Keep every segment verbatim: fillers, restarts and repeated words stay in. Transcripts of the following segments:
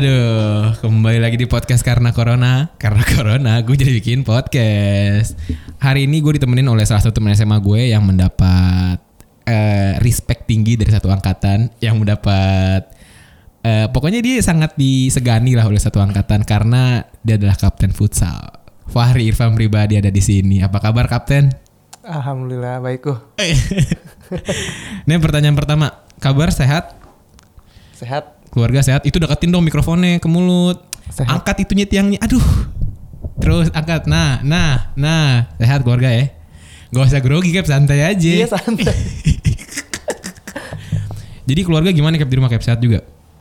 Aduh, kembali lagi di podcast Karena Corona. Karena Corona, gue jadi bikin podcast. Hari ini gue ditemenin oleh salah satu teman S M A gue yang mendapat uh, respect tinggi dari satu angkatan. Yang mendapat, uh, pokoknya dia sangat disegani lah oleh satu angkatan karena dia adalah kapten futsal. Fahri Irfan Pribadi ada di sini. Apa kabar, Kapten? Alhamdulillah, baik kok. Ini pertanyaan pertama. Kabar sehat? Sehat. Keluarga sehat? Itu deketin dong mikrofonnya ke mulut. Sehat. Angkat itunya tiangnya. Aduh. Terus angkat. Nah, nah, nah. Sehat keluarga ya. Gak usah grogi, Cap, santai aja. Iya, santai. Jadi keluarga gimana, Cap, di rumah, Cap? Sehat juga?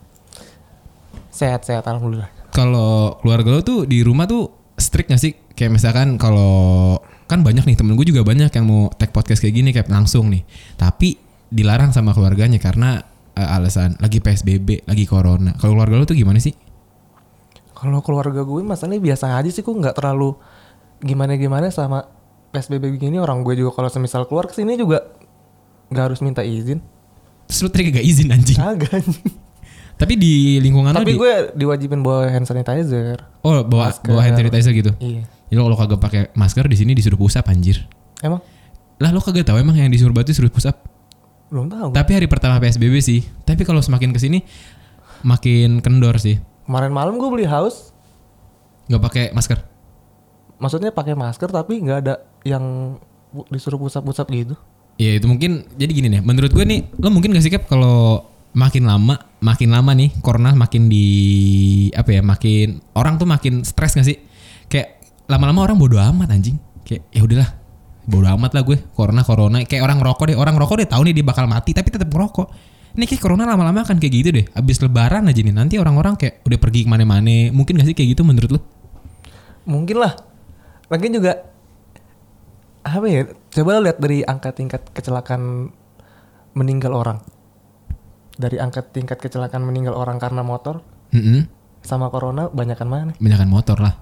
Sehat, sehat, alhamdulillah. Kalau keluarga lo tuh di rumah tuh strict gak sih? Kayak misalkan kalau kan banyak nih temen gue juga banyak yang mau tag podcast kayak gini, Cap, langsung nih. Tapi dilarang sama keluarganya karena Uh, alasan lagi P S B B, lagi corona. Kalau keluarga lu tuh gimana sih? Kalau keluarga gue masalahnya biasa aja sih, gue nggak terlalu gimana-gimana sama P S B B begini. Orang gue juga kalau semisal keluar kesini juga nggak harus minta izin. Terus lu tadi gak izin anjing? Agak. Tapi di lingkungan Tapi lu di... gue diwajibin bawa hand sanitizer. Oh, bawa masker. bawa hand sanitizer gitu. Iya. Jadi kalau kagak pakai masker di sini disuruh push up, anjir. Emang? Lah lu kagak tahu emang yang disuruh berarti suruh push up? Belum tahu. Tapi hari pertama P S B B sih. Tapi kalau semakin kesini makin kendor sih. Kemarin malam gue beli haus. Gak pakai masker. Maksudnya pakai masker tapi nggak ada yang disuruh push up gitu. Iya itu mungkin. Jadi gini nih. Menurut gue nih, lo mungkin gak sih, Cap, kalau makin lama, makin lama nih corona makin di apa ya? Makin orang tuh makin stres gak sih? Kayak lama-lama orang bodo amat anjing. Kayak ya udahlah. Bodo amat lah gue, corona corona kayak orang rokok deh, orang rokok deh tahu nih dia bakal mati tapi tetap ngerokok. Ini kayak corona lama-lama akan kayak gitu deh. Abis lebaran aja nih nanti orang-orang kayak udah pergi kemana-mana. Mungkin gak sih kayak gitu menurut lu? Mungkin lah. Lagian juga apa ya? Coba lo lihat dari angka tingkat kecelakaan meninggal orang. Dari angka tingkat kecelakaan meninggal orang karena motor Mm-hmm. sama corona banyakan mana? Banyakan motor lah.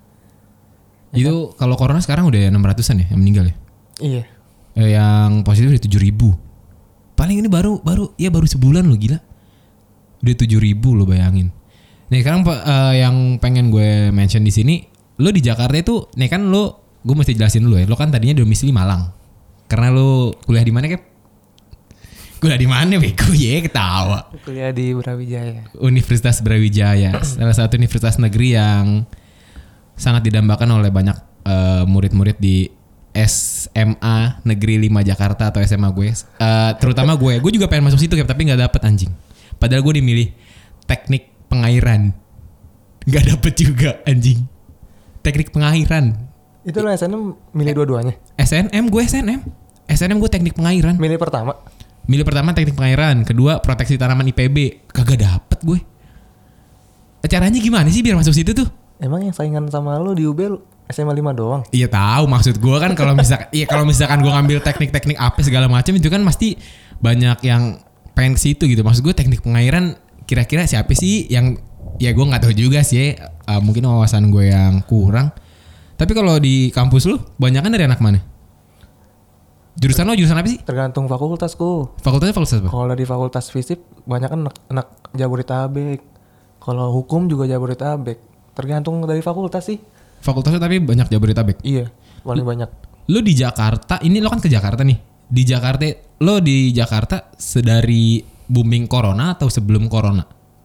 Ya itu kan? Kalau corona sekarang udah enam ratusan ya yang meninggal ya? Iya. Eh, yang positif udah tujuh ribu. Paling ini baru baru ya baru sebulan lo, gila. Udah tujuh ribu lo, bayangin. Nih sekarang uh, yang pengen gue mention di sini, lo di Jakarta itu, nih kan lo, gue mesti jelasin dulu ya. Lo kan tadinya domisili Malang. Karena lo kuliah di mana, Cap? Kuliah di mana, bego? Ya ketawa. Kuliah di Brawijaya. Universitas Brawijaya, salah satu universitas negeri yang sangat didambakan oleh banyak uh, murid-murid di S M A Negeri lima Jakarta atau S M A gue. Uh, terutama gue, gue juga pengen masuk situ, Cap, tapi nggak dapet anjing. Padahal gue dimilih teknik pengairan, nggak dapet juga anjing. Teknik pengairan. Itu lo S N M milih dua-duanya? S N M gue S N M, S N M gue teknik pengairan. Milih pertama? Milih pertama teknik pengairan, kedua proteksi tanaman I P B. Kagak dapet gue. Caranya gimana sih biar masuk situ tuh? Emang yang saingan sama lo di U B S M A lima doang? Iya tahu, maksud gue kan kalau misalkan iya kalau misalkan gue ngambil teknik-teknik apa segala macam itu kan pasti banyak yang pengen ke situ gitu. Maksud gue teknik pengairan kira-kira siapa sih yang ya gue nggak tahu juga sih. Uh, mungkin wawasan gue yang kurang. Tapi kalau di kampus lu banyakan dari anak mana? Jurusan lo jurusan apa sih? Tergantung fakultasku. Fakultasnya fakultas apa? Kalau di fakultas fisip banyak kan anak, anak Jabodetabek. Kalau hukum juga Jabodetabek. Tergantung dari fakultas sih. Fakultasnya tapi banyak Jabodetabek. Iya, paling L- banyak. Lo di Jakarta, ini lo kan ke Jakarta nih. Di Jakarta, lo di Jakarta sedari booming corona atau sebelum corona?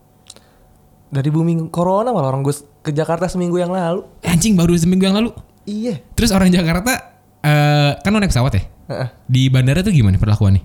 Dari booming corona malah orang gue ke Jakarta seminggu yang lalu. Anjing, baru seminggu yang lalu. Iya. Terus orang Jakarta uh, kan lo naik pesawat ya? Uh-uh. Di bandara tuh gimana perlakuannya?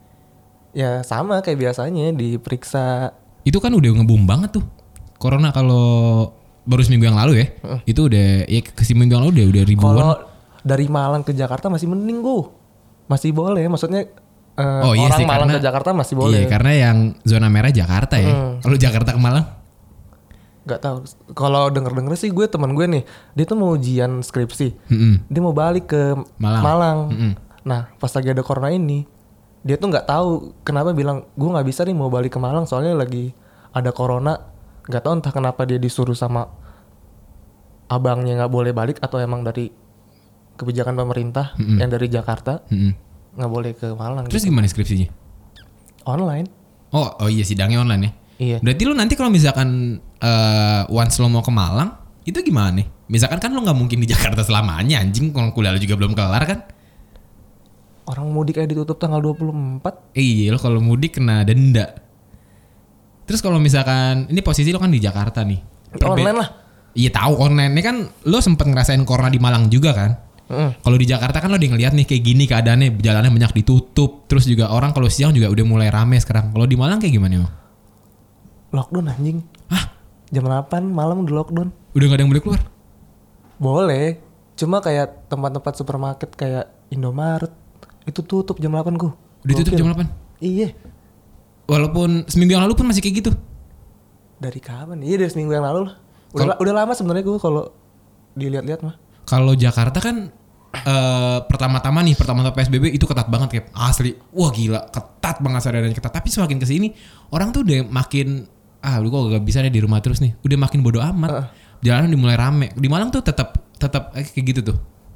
Ya sama kayak biasanya, diperiksa. Itu kan udah nge-boom banget tuh. Corona kalau baru seminggu yang lalu ya. Uh. Itu udah ya ke seminggu yang lalu udah udah ribuan. Kalau dari Malang ke Jakarta masih mending gue. Masih boleh, maksudnya uh, oh, iya orang sih, Malang karena, ke Jakarta masih boleh. Iya, karena yang zona merah Jakarta ya. Hmm. Kalau Jakarta ke Malang? Gak tahu. Kalau denger-denger sih gue teman gue nih, dia tuh mau ujian skripsi. Mm-hmm. Dia mau balik ke Malang. Malang. Mm-hmm. Nah, pas lagi ada corona ini, dia tuh nggak tahu kenapa bilang gue nggak bisa nih mau balik ke Malang soalnya lagi ada corona. Gak tahu entah kenapa dia disuruh sama abangnya nggak boleh balik atau emang dari kebijakan pemerintah mm-hmm. yang dari Jakarta nggak mm-hmm. boleh ke Malang. Terus gitu. Gimana skripsinya? Online. Oh, oh iya sidangnya online ya. Iya. Berarti lu nanti kalau misalkan uh, once lo mau ke Malang, itu gimana nih? Misalkan kan lo nggak mungkin di Jakarta selamanya anjing, kalau kuliah lo juga belum kelar kan? Orang mudik aja ditutup tanggal dua puluh empat. Iya, lo kalau mudik kena denda. Terus kalau misalkan ini posisi lo kan di Jakarta nih. Perbe- Online lah. Iya tahu online. Ini kan lo sempet ngerasain corona di Malang juga kan? Mm. Kalau di Jakarta kan lo udah ngeliat nih kayak gini keadaannya, jalannya banyak ditutup. Terus juga orang kalau siang juga udah mulai rame sekarang. Kalau di Malang kayak gimana? Lockdown anjing. Hah? Jam delapan malam udah lockdown. Udah gak ada yang boleh keluar? Boleh. Cuma kayak tempat-tempat supermarket kayak Indomaret itu tutup jam delapan ku. Ditutup jam delapan? Iya. Walaupun seminggu yang lalu pun masih kayak gitu? Dari kapan? Iya dari seminggu yang lalu lah. Udah, Kalo, udah lama sebenarnya gue kalau dilihat-lihat mah. Kalau Jakarta kan uh, pertama-tama nih, pertama-tama P S B B itu ketat banget kayak asli. Wah gila, ketat banget sadarnya ketat. Tapi semakin kesini orang tuh udah makin ah lu kok gak bisa deh di rumah terus nih. Udah makin bodo amat. Uh. Jalanan udah mulai rame. Di Malang tuh tetap tetap eh, kayak gitu tuh.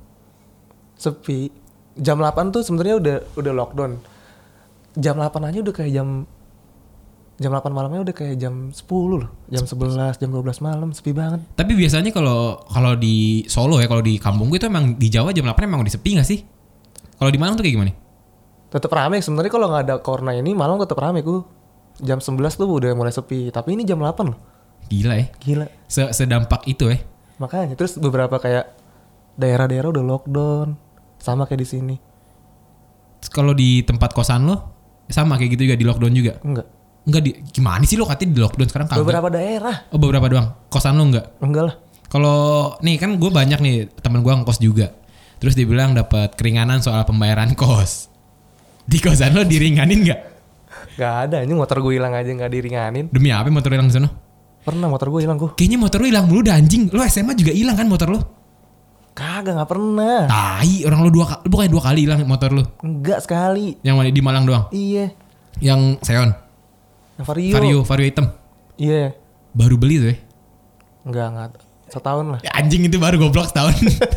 Sepi. Jam delapan tuh sebenarnya udah udah lockdown. Jam delapan aja udah kayak jam Jam delapan malamnya udah kayak jam sepuluh loh. Jam sebelas, jam dua belas malam, sepi banget. Tapi biasanya kalau kalau di Solo ya, kalau di kampung gue itu emang di Jawa jam delapan emang udah sepi gak sih? Kalau di Malang tuh kayak gimana? Tetap rame sebenarnya kalau nggak ada corona ini Malang tetap rame ku. Jam sebelas tuh udah mulai sepi, tapi ini jam delapan loh. Gila ya. Gila. Sedampak itu ya. Makanya terus beberapa kayak daerah-daerah udah lockdown. Sama kayak di sini. Kalau di tempat kosan lo sama kayak gitu juga di lockdown juga? Enggak. Enggak di gimana sih lo katanya di lockdown sekarang kagak? Beberapa daerah. Oh beberapa doang. Kosan lo enggak? Enggak lah. Kalau nih kan gue banyak nih teman gue ngekos juga. Terus dia bilang dapat keringanan soal pembayaran kos. Di kosan lo diringanin enggak? Gak ada. Ini motor gue hilang aja nggak diringanin. Demi apa motor hilang di sana? Pernah motor gue hilang ku. Kayaknya motor lo hilang mulu dah anjing. Lo S M A juga hilang kan motor lo? Kagak, nggak pernah. Tai, orang lo dua kali, bukannya dua kali hilang motor lo? Enggak, sekali. Yang mana di Malang doang? Iya. Yang Seon? Vario. Vario, Vario hitam. Iya. Baru beli tuh ya? Enggak, enggak. Setahun lah. Ya, anjing itu baru goblok setahun.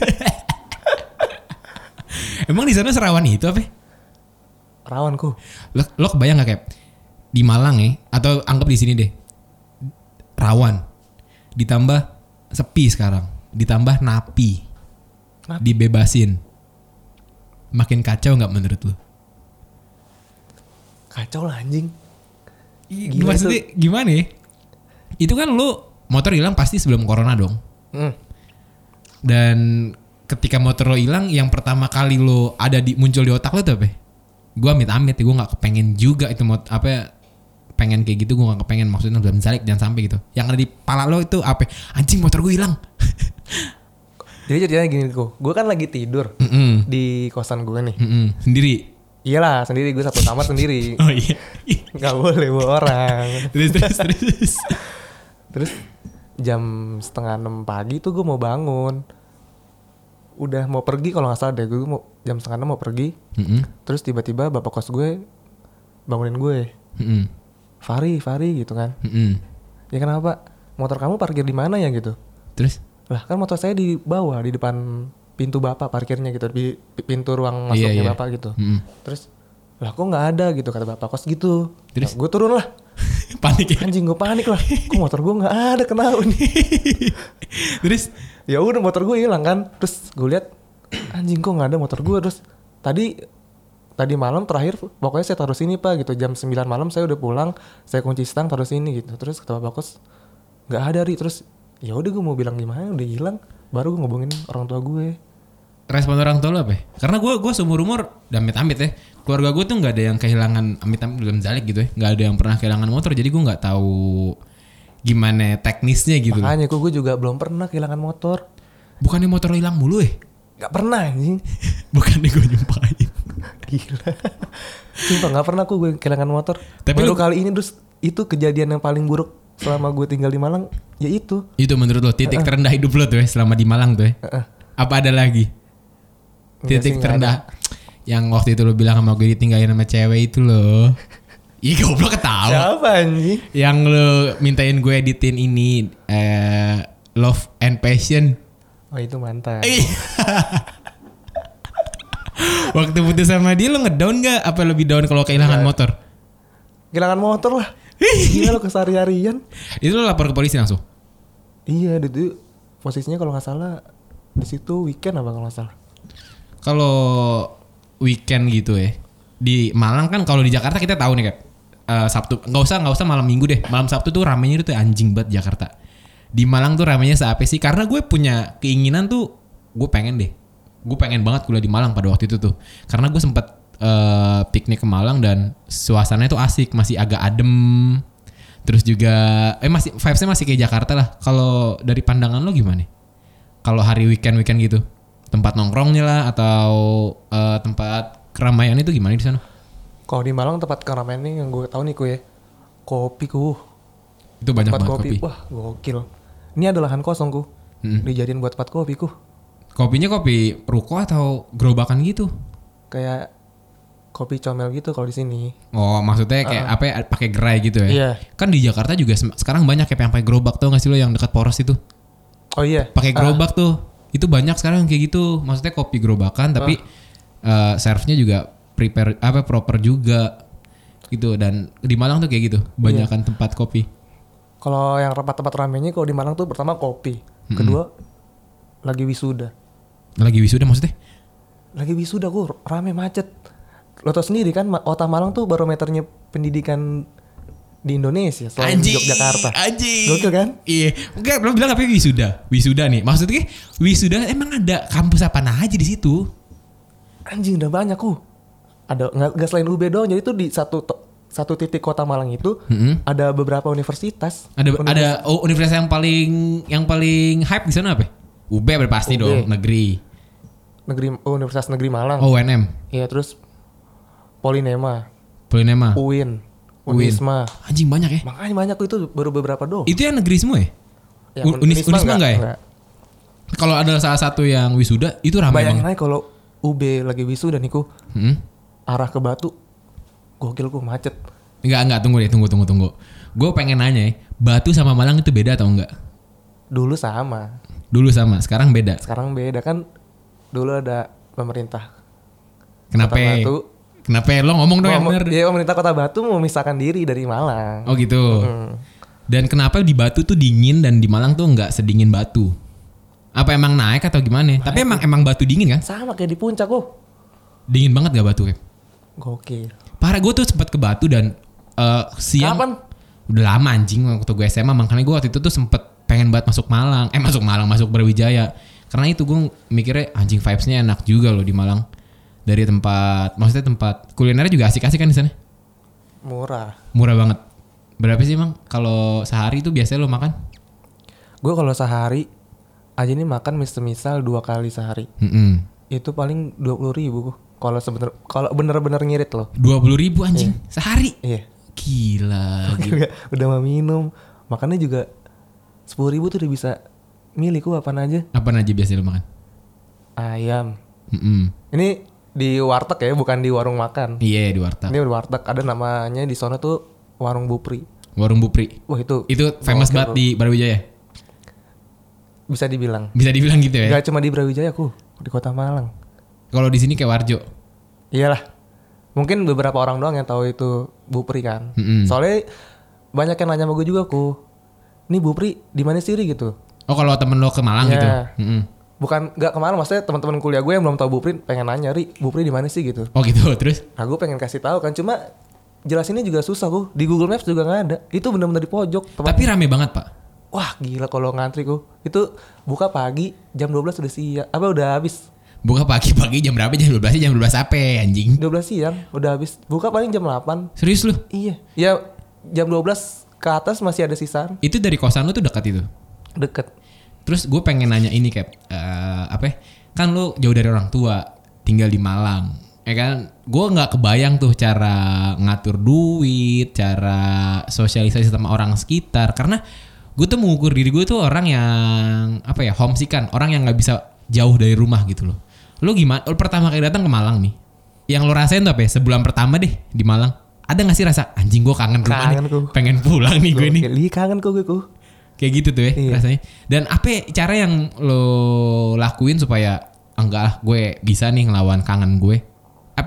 Emang di sana serawan itu apa? Rawanku. Lo, lo kebayang gak kayak di Malang ya? Atau anggap di sini deh. Rawan. Ditambah sepi sekarang. Ditambah napi. Napi. Dibebasin. Makin kacau gak menurut lo? Kacau lah anjing. Gila maksudnya itu. Gimana ya? Itu kan lo motor hilang pasti sebelum corona dong. Hmm. Dan ketika motor lo hilang, yang pertama kali lo ada di muncul di otak lo tuh apa? Gue amit-amit ya, gue nggak kepengen juga itu mot apa ya, pengen kayak gitu, gue nggak kepengen maksudnya dalam zalik jangan sampai gitu. Yang ada di pala lo itu apa? Anjing motor gue hilang. Jadi jadinya gini kok, gue kan lagi tidur Mm-mm. di kosan gue nih. Mm-mm. Sendiri. Iyalah sendiri, gue satu kamar sendiri. Oh iya. Gak boleh bawa orang. terus terus terus. Terus jam setengah enam pagi tuh gue mau bangun. Udah mau pergi kalau nggak salah deh, gue mau jam setengah enam mau pergi. Mm-hmm. Terus tiba-tiba bapak kos gue bangunin gue. Mm-hmm. Fari, Fari gitu kan. Mm-hmm. Ya kenapa? Motor kamu parkir di mana ya gitu? Terus? Lah kan motor saya di bawah di depan pintu bapak parkirnya gitu, di pintu ruang masuknya iya, iya. bapak gitu. Mm-hmm. Terus lah kok nggak ada gitu kata bapak kos gitu. Terus? Nah, gue turun lah. Panik ya? Anjing gue panik lah. Kok motor gue nggak ada, kenapa nih? Terus? Ya udah motor gue hilang kan. Terus gue lihat anjing kok nggak ada motor gue. Terus tadi tadi malam terakhir pokoknya saya taruh sini pak gitu, jam sembilan malam saya udah pulang, saya kunci stang taruh sini gitu. Terus kata bapak kos nggak ada Ri. Terus ya udah gue mau bilang gimana, udah hilang. Baru gue ngobongin orang tua gue. Respon orang tua lo apa? Karena gue gue seumur umur damit-amit ya, keluarga gue tuh nggak ada yang kehilangan amit-amit dalam zalik gitu ya, nggak ada yang pernah kehilangan motor, jadi gue nggak tahu gimana teknisnya gitu. Makanya gue juga belum pernah kehilangan motor. Bukannya motor lo hilang mulu ya? Gak pernah anjing. Bukannya gue nyumpahin. Gila. Sumpah gak pernah gue kehilangan motor. Tapi baru lu... kali ini terus itu kejadian yang paling buruk selama gue tinggal di Malang. Ya itu. Itu menurut lo titik uh-uh. terendah hidup lo tuh ya selama di Malang tuh ya? Uh-uh. Apa ada lagi? Titik sih, terendah yang waktu itu lo bilang sama gue ditinggalin sama cewek itu lo. Ih goblok ketawa. Siapa anjing? Yang lo mintain gue editin ini uh, Love and Passion. Oh itu mantan. Waktu putus sama dia lo ngedown gak? Apa lebih down kalau kehilangan motor? Kehilangan motor lah. Gila lo keseharian. Itu lo lapor ke polisi langsung? Iya, itu posisinya kalau nggak salah di situ weekend apa kalau nggak salah. Kalau weekend gitu ya. Di Malang kan kalau di Jakarta kita tahu nih Kap. Uh, Sabtu nggak usah nggak usah malam Minggu deh. Malam Sabtu tuh ramenya itu anjing banget Jakarta. Di Malang tuh ramenya seape sih? Karena gue punya keinginan tuh gue pengen deh. Gue pengen banget kuliah di Malang pada waktu itu tuh. Karena gue sempet uh, piknik ke Malang dan suasananya tuh asik, masih agak adem. Terus juga eh masih vibes-nya masih kayak Jakarta lah. Kalau dari pandangan lo gimana? Kalau hari weekend-weekend gitu, tempat nongkrongnya lah atau uh, tempat keramaian itu gimana di sana? Kalau di Malang tempat keramaian nih yang gue tahu nih ku ya, kopi ku. Itu banyak tempat banget kopi. kopi. Wah, gokil. Ini ada lahan kosong ku. Hmm. Dijadiin buat tempat kopi ku. Kopinya kopi ruko atau gerobakan gitu? Kayak kopi comel gitu kalau di sini. Oh, maksudnya kayak uh. apa ya, pakai gerai gitu ya? Iya. Kan di Jakarta juga sekarang banyak kayak yang pakai gerobak, tau gak sih lo yang dekat Poros itu? Oh iya. Pakai gerobak uh. tuh. Itu banyak sekarang kayak gitu. Maksudnya kopi gerobakan tapi uh. uh, serve-nya juga prepare apa proper juga. Gitu, dan di Malang tuh kayak gitu. Banyakan iya. tempat kopi. Kalau yang tempat-tempat ramenya kalau di Malang tuh pertama kopi. Kedua mm-hmm. lagi wisuda. Lagi wisuda maksudnya? Lagi wisuda kok rame macet. Lo tau sendiri kan kota Malang tuh barometernya pendidikan di Indonesia selain anjing, Yogyakarta. Anjing. Gokil kan? Iya. Enggak, belum bilang apa wisuda. Wisuda nih. Maksudnya wisuda emang ada kampus apa aja di situ? Anjing udah banyak kok. Ada enggak selain U B doang. Jadi tuh di satu satu titik kota Malang itu mm-hmm. ada beberapa universitas. Ada universitas. ada oh, universitas yang paling yang paling hype di sana apa? U B pasti U B. Dong, negeri. Negeri oh, Universitas Negeri Malang. Oh, U N M. Iya, terus Polinema. Polinema. U I N. Unisma. Anjing banyak ya? Makanya banyak itu baru beberapa doang. Itu yang negeri semua ya? Ya Un- Unisma, Unisma enggak ya? Kalau ada salah satu yang wisuda itu ramai banget. Bayangin aja kalau U B lagi wisuda nih ku. Hmm? Arah ke Batu. Gokil ku macet. Enggak, enggak, tunggu deh, tunggu, tunggu, tunggu. Gue pengen nanya ya, Batu sama Malang itu beda atau enggak? Dulu sama. Dulu sama, sekarang beda? Sekarang beda kan. Dulu ada pemerintah Kenapa? Kota Batu. Kenapa? Lo ngomong dong yang bener. Ya pemerintah Kota Batu mau memisahkan diri dari Malang. Oh gitu. Hmm. Dan kenapa di Batu tuh dingin dan di Malang tuh enggak sedingin Batu? Apa emang naik atau gimana? Naik. Tapi emang emang Batu dingin kan? Sama kayak di puncak kok. Dingin banget gak Batu? Kayak? Gokil. Parah, gue tuh sempat ke Batu dan uh, siang. Kapan? Udah lama anjing waktu gue S M A. Makanya gue waktu itu tuh sempet pengen banget masuk Malang. Eh masuk Malang, masuk Brawijaya. Karena itu gue mikirnya anjing vibes-nya enak juga loh di Malang. Dari tempat, maksudnya tempat kulinernya juga asik-asik kan di sana? Murah. Murah banget. Berapa sih emang kalau sehari itu biasanya lo makan? Gue kalau sehari aja nih makan misal dua kali sehari. Mm-hmm. Itu paling dua puluh ribu. Kalau sebener, kalau bener-bener ngirit loh. Dua puluh ribu anjing yeah. Sehari? Iya. Gila. Gila. Udah mau minum, makannya juga sepuluh ribu tuh udah bisa milih ku apaan aja. Apaan aja biasanya lo makan? Ayam. Mm-hmm. Ini di warteg ya, bukan di warung makan. Iya, di warteg. Ini di warteg, ada namanya di sana tuh warung Bupri. Warung Bupri. Wah itu. Itu famous banget di Brawijaya. Bisa dibilang. Bisa dibilang gitu ya. Gak cuma di Brawijaya ku, di Kota Malang. Kalau di sini kayak Warjo. Iyalah. Mungkin beberapa orang doang yang tahu itu Bupri kan. Mm-hmm. Soalnya banyak yang nanya sama gue juga ku. Nih Bupri di mana sih gitu? Oh kalau temen lo ke Malang yeah. gitu. Mm-hmm. Bukan nggak kemana, maksudnya teman-teman kuliah gue yang belum tahu Bupri pengen nanya, Ri, Bupri di mana sih gitu. Oh gitu, terus? Nah gue pengen kasih tahu kan, cuma jelasinnya juga susah ku. Di Google Maps juga nggak ada. Itu benar-benar di pojok. Tapi rame banget pak. Wah gila kalau ngantri ku. Itu buka pagi jam dua belas udah siang. Apa udah habis? Buka pagi-pagi jam berapa? Jam dua belas jam dua belas apa anjing? dua belas siang udah habis. Buka paling jam delapan. Serius lu? Iya. Ya jam dua belas ke atas masih ada sisaan. Itu dari kosan lu tuh dekat itu? Deket. Terus gue pengen nanya ini Cap, uh, apa ya? Kan lu jauh dari orang tua, tinggal di Malang, ya kan? Gue nggak kebayang tuh cara ngatur duit, cara sosialisasi sama orang sekitar. Karena gue tuh mengukur diri gue tuh orang yang apa ya, homesick kan, orang yang nggak bisa jauh dari rumah gitu loh. Lu gimana? Lu pertama kali datang ke Malang nih, yang lu rasain tuh apa ya? Sebulan pertama deh di Malang, ada nggak sih rasa anjing gue kangen rumah kangen nih, ku. Pengen pulang nih gue nih. Iya kangen kok gue ku. Kayak gitu tuh ya iya. Rasanya. Dan apa cara yang lo lakuin supaya enggak lah gue bisa nih ngelawan kangen gue? Apa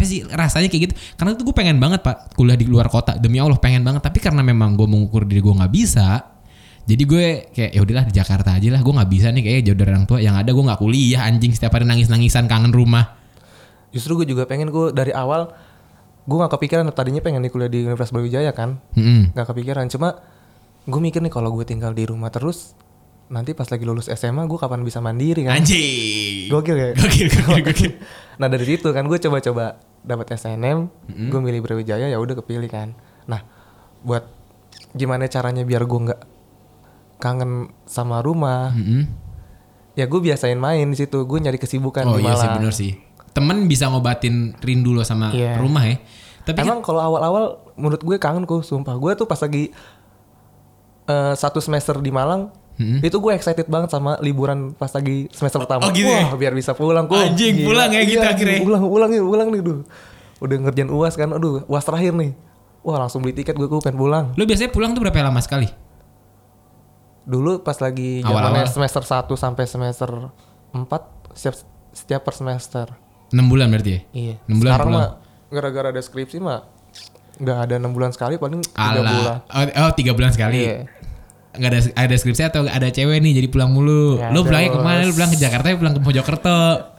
kenapa sih rasanya kayak gitu? Karena tuh gue pengen banget Pak kuliah di luar kota, demi Allah pengen banget. Tapi karena memang gue mengukur diri gue nggak bisa, jadi gue kayak ya udahlah di Jakarta aja lah. Gue nggak bisa nih kayak jauh dari orang tua. Yang ada gue nggak kuliah anjing, setiap hari nangis-nangisan kangen rumah. Justru gue juga pengen, gue dari awal gue nggak kepikiran, tadinya pengen di kuliah di Universitas Brawijaya kan, Mm-mm. nggak kepikiran. Cuma gue mikir nih kalau gue tinggal di rumah terus, nanti pas lagi lulus S M A gue kapan bisa mandiri kan? Anjing. Gokil ya? Gokil, gokil, gokil. Nah dari situ kan gue coba-coba dapat S N M, mm-hmm. gue milih Brawijaya, ya udah kepilih kan. Nah buat gimana caranya biar gue nggak kangen sama rumah, Mm-hmm. ya gue biasain main di situ. Gue nyari kesibukan Oh di iya Malang. sih bener sih. Temen bisa ngobatin rindu lo sama Yeah. rumah ya. Tapi emang kalau awal-awal menurut gue kangen kok, sumpah. Gue tuh pas lagi uh, satu semester di Malang, hmm. itu gue excited banget sama liburan pas lagi semester pertama. Oh, gitu Wah ya? biar bisa pulang kok. Anjing, pulang ya gitu akhirnya. Pulang, pulang nih, pulang nih. Duh. Udah ngerjain U A S kan, aduh U A S terakhir nih. Wah langsung beli tiket gue, gue pengen pulang. lo biasanya pulang tuh berapa lama sekali? Dulu pas lagi Awal-awal. zamannya semester satu sampai semester empat, setiap, setiap per semester. enam bulan berarti ya? Iya. enam bulan Sekarang pulang. mah gara-gara ada skripsi mah nggak ada enam bulan sekali, paling tiga bulan. Oh, oh tiga bulan sekali. Iya. Nggak ada ada skripsi atau ada cewek nih jadi pulang mulu. Nggak Lo ada, pulangnya kemana? Bos. Lo pulang ke Jakarta ya pulang ke Mojokerto?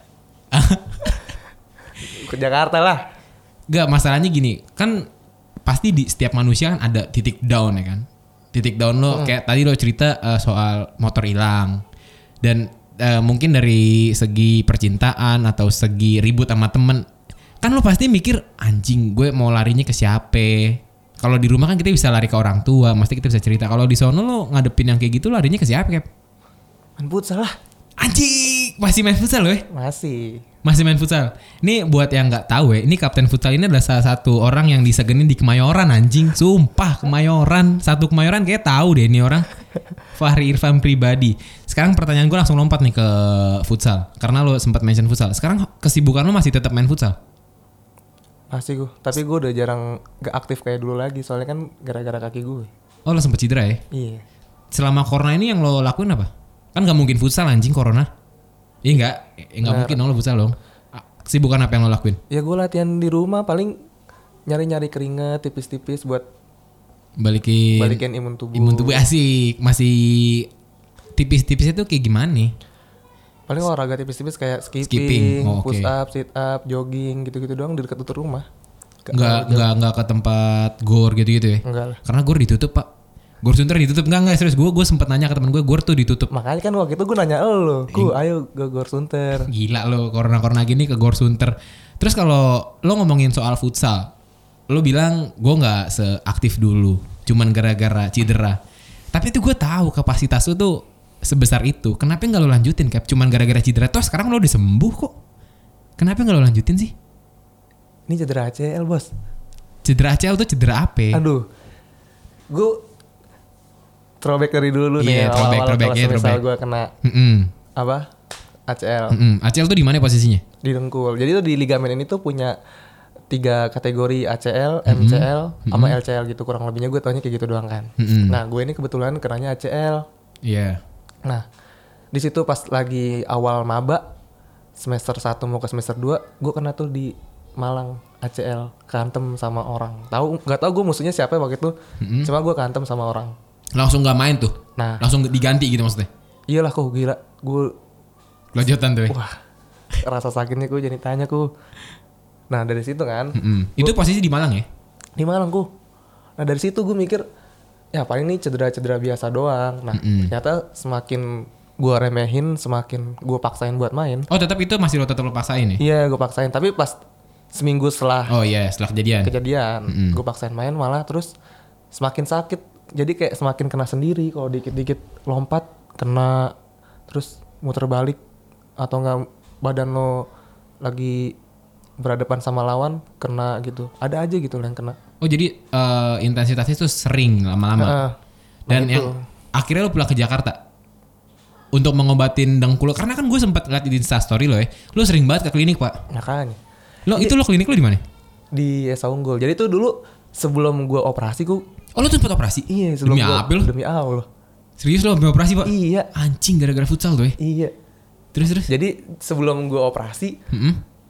Ke Jakarta lah. Gak, masalahnya gini, kan pasti di setiap manusia kan ada titik down ya kan. Titik down lo Hmm. kayak tadi lo cerita uh, soal motor hilang. Dan uh, mungkin dari segi percintaan atau segi ribut sama temen, kan lo pasti mikir anjing gue mau larinya ke siapa. Kalau di rumah kan kita bisa lari ke orang tua, mesti kita bisa cerita. Kalau di sono lo ngadepin yang kayak gitu larinya ke siapa, Kep? Main futsal lah. Anjing, masih main futsal loh. Masih. Masih main futsal. Ini buat yang nggak tahu ya, ini kapten futsal ini adalah salah satu orang yang disegenin di Kemayoran anjing. Sumpah Kemayoran, satu Kemayoran kayak tahu deh ini orang. Fahri Irfan pribadi. Sekarang pertanyaan gue langsung lompat nih ke futsal, karena lo sempat mention futsal. Sekarang kesibukan lo masih tetap main futsal? Masih gue. Tapi gue udah jarang gak aktif kayak dulu lagi, soalnya kan gara-gara kaki gue. Oh lo sempet cedera ya? Iya. Selama corona ini yang lo lakuin apa? Kan gak mungkin futsal anjing corona. Iya enggak? Eh, enggak mungkin dong lo futsal dong. Kesibukan apa yang lo lakuin? Ya gue latihan di rumah, paling nyari-nyari keringat tipis-tipis buat Balikin balikin imun tubuh. imun tubuh asik. Masih tipis-tipisnya tuh kayak gimana nih? Paling olahraga tipis-tipis kayak skipping, Skipping, oh, oke. push up, sit up, jogging gitu-gitu doang di dekat tutup rumah. Enggak enggak enggak ke tempat gor gitu-gitu ya? Enggak lah. Karena gor ditutup, Pak. Gor Sunter ditutup. Enggak enggak serius. Gue gue sempat nanya ke temen gue, gor tuh ditutup. Makanya kan waktu itu gue nanya lo, ku ayo ke Gor Sunter. Gila lo, corona-corona gini ke Gor Sunter. Terus kalau lo ngomongin soal futsal, lo bilang gue nggak seaktif dulu, cuman gara-gara cedera. Tapi itu gue tahu kapasitas lo tuh sebesar itu. Kenapa nggak lo lanjutin, Cap? Cuman gara-gara cedera. Terus sekarang lo udah sembuh kok. Kenapa nggak lo lanjutin sih? Ini cedera A C L bos. Cedera A C L tuh cedera apa? Aduh, gue throwback dari dulu nih. Iya, ya, throwback, awal-awal throwback, kalau iya, semisal throwback. gue kena Mm-mm. apa A C L Mm-mm. A C L tuh di mana posisinya? di dengkul. Jadi tuh di ligamen ini tuh punya tiga kategori A C L, M C L, sama L C L gitu. Kurang lebihnya gue taunya kayak gitu doang kan. Mm-mm. Nah gue ini kebetulan kenanya A C L. Iya. Nah di situ pas lagi awal maba semester satu mau ke semester dua, gue kena tuh di Malang A C L, kantem sama orang. Tahu nggak tahu gue musuhnya siapa waktu itu. Mm-mm. Cuma gue kantem sama orang. Langsung nggak main tuh? Nah Langsung diganti gitu maksudnya? iyalah kok gila gue. Lanjutan tuh ya? Wah, rasa sakitnya ku jadi tanya ku. Nah dari situ kan, Mm-mm. Itu posisi di Malang ya? di Malang ku. Nah dari situ gue mikir, ya paling ini cedera-cedera biasa doang. Nah Mm-mm. ternyata semakin gue remehin, semakin gue paksain buat main. Oh tetap itu masih lo tetap lo paksain ya? Iya gue paksain, tapi pas seminggu setelah Oh iya setelah kejadian. kejadian, Mm-mm. gue paksain main malah terus semakin sakit. Jadi kayak semakin kena sendiri. Kalau dikit-dikit lompat, kena, terus muter balik. Atau enggak badan lo lagi berhadapan sama lawan, kena gitu. Ada aja gitu yang kena. Oh jadi eh, intensitasnya itu sering lama-lama. Heeh. Dan Nah, yang itu. akhirnya lo pulang ke Jakarta untuk mengobatin dengkul lo. Karena kan gue sempat lihat di Instastory lo ya, lo sering banget ke klinik pak. Makanya. Lo itu lo klinik lo di mana? Di Esa Unggul. Jadi tuh dulu sebelum gue operasi gue. Oh lo tuh sempat operasi? Iya sebelum Demi gua, apa lo? Demi Allah. Serius lo demi operasi pak? Iya. Anjing gara-gara futsal tuh ya. Iya. Terus terus. Jadi sebelum gue operasi, Mm-mm.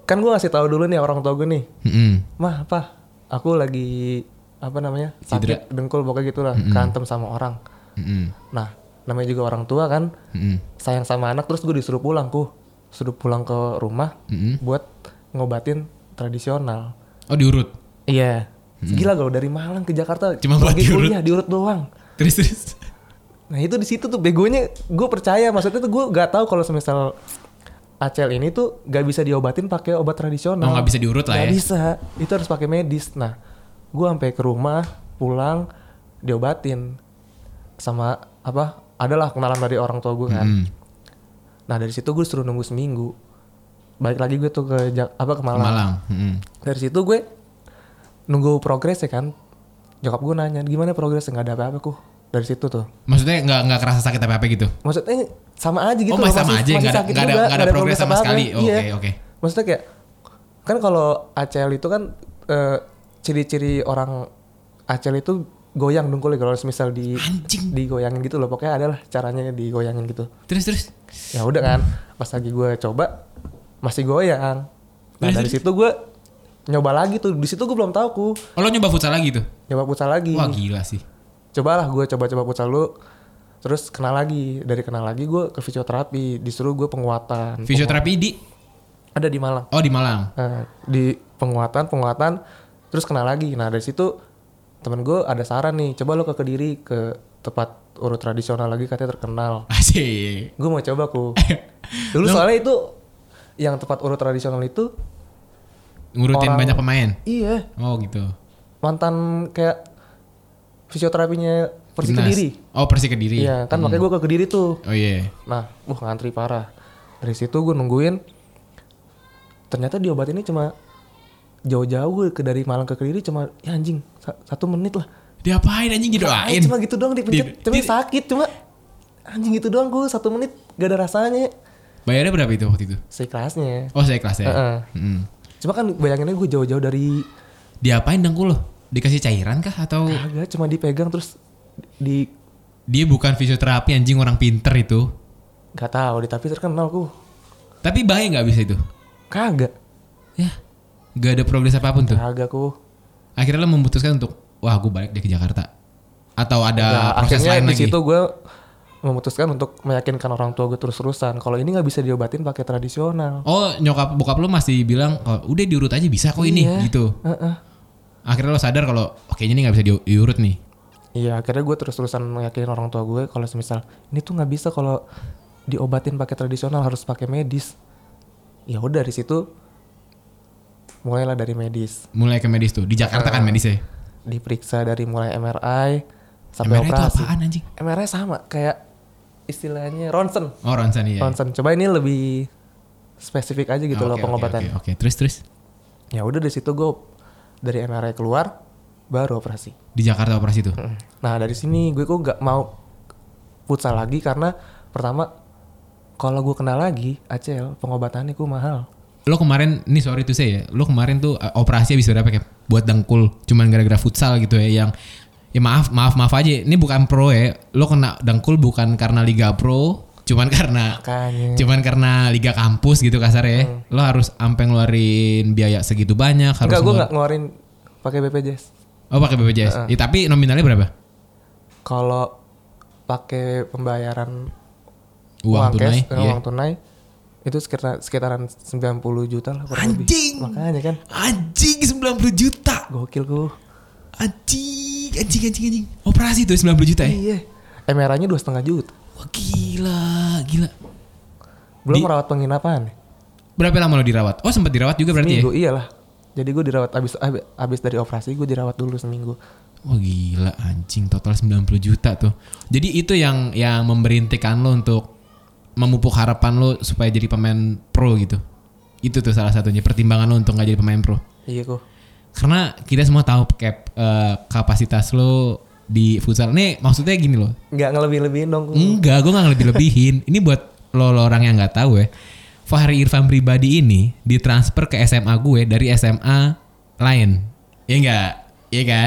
kan gue ngasih tahu dulu nih orang tua gue nih. Mm-mm. Mah apa? Aku lagi apa namanya Cedera. sakit dengkul pokoknya gitulah, Mm-mm. berantem sama orang. Mm-mm. Nah namanya juga orang tua kan Mm-mm. sayang sama anak, terus gue disuruh pulang ku, suruh pulang ke rumah Mm-mm. buat ngobatin tradisional. Oh diurut. Iya. Gila gak dari Malang ke Jakarta Cuma buat lagi diurut? kuliah diurut doang. Terus terus. Nah itu di situ tuh begonya gue percaya, maksudnya tuh gue nggak tahu kalau semisal A C L ini tuh gak bisa diobatin pakai obat tradisional. Oh nggak bisa diurut lah Gak ya. bisa, itu harus pakai medis. Nah, gue sampai ke rumah, pulang, diobatin sama apa? Adalah kenalan dari orang tua gue kan. Mm. Nah dari situ gue suruh nunggu seminggu. Balik lagi gue tuh ke Jak- apa ke Ke Malang. Malang. Mm-mm. Dari situ gue nunggu progres ya kan. Nyokap gue nanya gimana progresnya, nggak ada apa-apa ku. Dari situ tuh. Maksudnya nggak nggak kerasa sakit apa apa gitu? Maksudnya sama aja gitu Oh loh, masih sama aja, nggak ada sakit nggak ada juga, nggak ada progres sama apa-apa. sekali. Oh, Iya. Oke oke. Maksudnya kayak kan kalau A C L itu kan eh, ciri-ciri orang A C L itu goyang dengkulnya kalau misal di Anjing. digoyangin gitu loh. Pokoknya adalah caranya digoyangin gitu. Terus terus. Ya udah kan, pas lagi gue coba masih goyang. Nah Terus, dari terus? situ gue nyoba lagi tuh. Di situ gue belum tahu ku. Oh lo nyoba futsal lagi tuh? Nyoba futsal lagi. Wah gila sih. Cobalah gue coba-coba futsal dulu. Terus kenal lagi, dari kenal lagi gue ke fisioterapi, disuruh gue penguatan. Fisioterapi di? Pengu- ada di Malang. Oh di Malang. Nah, di penguatan, penguatan, terus kenal lagi. Nah dari situ temen gue ada saran nih, coba lo ke Kediri ke tempat urut tradisional lagi katanya terkenal. Asik. Gue mau coba ku. Dulu Lo- soalnya itu yang tempat urut tradisional itu, Ngurutin Orang- banyak pemain. iya Oh gitu. mantan kayak fisioterapinya Persi Timnas. Kediri. Oh Persi Kediri. Iya kan makanya gue ke Kediri tuh. Oh iya. Nah, wah ngantri parah. Dari situ gue nungguin. Ternyata diobatinnya cuma jauh-jauh ke dari Malang ke Kediri cuma ya anjing sa- satu menit lah. Diapain anjing didoain? Cuma gitu doang dipencet. Di- Cuma di- sakit cuma anjing gitu doang gue satu menit gak ada rasanya. Bayarnya berapa itu waktu itu? Seikhlasnya. Oh saya kelas ya. Heeh. Mm. Cuma kan bayanginnya gue jauh-jauh dari Diapain dengkul lo? Dikasih cairan kah atau kagak cuma dipegang terus di dia bukan fisioterapi anjing orang pinter itu? gak tahu di tapi terkenal ku. Tapi bahaya nggak bisa itu? Kagak. Ya. Gak ada progres apapun tuh. Kagak ku. Akhirnya lo memutuskan untuk wah gue balik deh ke Jakarta. Atau ada Nah, proses akhirnya lain di lagi? situ gue memutuskan untuk meyakinkan orang tua gue terus-terusan kalau ini nggak bisa diobatin pakai tradisional. Oh nyokap bokap lo masih bilang oh, udah diurut aja bisa kok ini Iya. gitu. Heeh. Akhirnya lo sadar kalau oke ini nggak bisa di- diurut nih. Iya, akhirnya gue terus-terusan meyakinkan orang tua gue kalau semisal ini tuh nggak bisa kalau diobatin pakai tradisional, harus pakai medis. Ya udah dari situ mulailah dari medis. Mulai ke medis tuh. Di Jakarta kan medisnya. Diperiksa dari mulai M R I sampai M R I itu operasi. apaan anjing? M R I sama kayak istilahnya ronsen. Oh ronsen iya. Ronsen. Coba ini lebih spesifik aja gitu Oh, loh oke, pengobatan. Oke, oke, oke. Terus terus Ya udah dari situ gue dari M R I keluar baru operasi. di Jakarta operasi tuh. Nah dari sini gue kok nggak mau futsal lagi karena pertama kalau gue kena lagi A C L pengobatannya gue mahal. Lo kemarin, nih sorry to say ya, lo kemarin tuh uh, operasi habis berapa kayak buat dengkul, cuman gara-gara futsal gitu ya, yang ya maaf maaf maaf aja, ini bukan pro ya, lo kena dengkul bukan karena Liga Pro, cuman karena Makanya. cuman karena Liga Kampus gitu kasar ya, lo harus sampai ngeluarin biaya segitu banyak, harus Enggak, gue ngeluar- nggak ngeluarin pakai B P J S. Oh pakai B P J S, ya, tapi nominalnya berapa? Kalau pakai pembayaran Uang, cash, tunai, eh, iya. uang tunai itu sekitar sekitaran sembilan puluh juta lah kurang lebih. Anjing, Makanya kan anjing sembilan puluh juta, gokil gue. anjing, anjing, anjing, anjing, operasi tuh sembilan puluh juta ya? Iya. M R I-nya dua setengah juta. Wah gila, gila. Belum Di- merawat penginapan. Berapa lama lo dirawat? Oh sempat dirawat juga berarti Seminggu ya? iyalah. Jadi gue dirawat abis ab- abis dari operasi gue dirawat dulu seminggu. Wah gila anjing, total sembilan puluh juta tuh. Jadi itu yang yang memberhentikan lo untuk memupuk harapan lo supaya jadi pemain pro gitu. Itu tuh salah satunya pertimbangan lo untuk gak jadi pemain pro. Iya kok. Karena kita semua tahu cap eh, kapasitas lo di futsal. Nih maksudnya gini loh. Nggak ngelebih-lebihin dong. Ku. Enggak, gue gak lebih-lebihin. Ini buat lo, lo orang yang gak tahu ya. Fahri Irfan pribadi ini ditransfer ke S M A gue dari S M A lain. Iya enggak? Iya kan?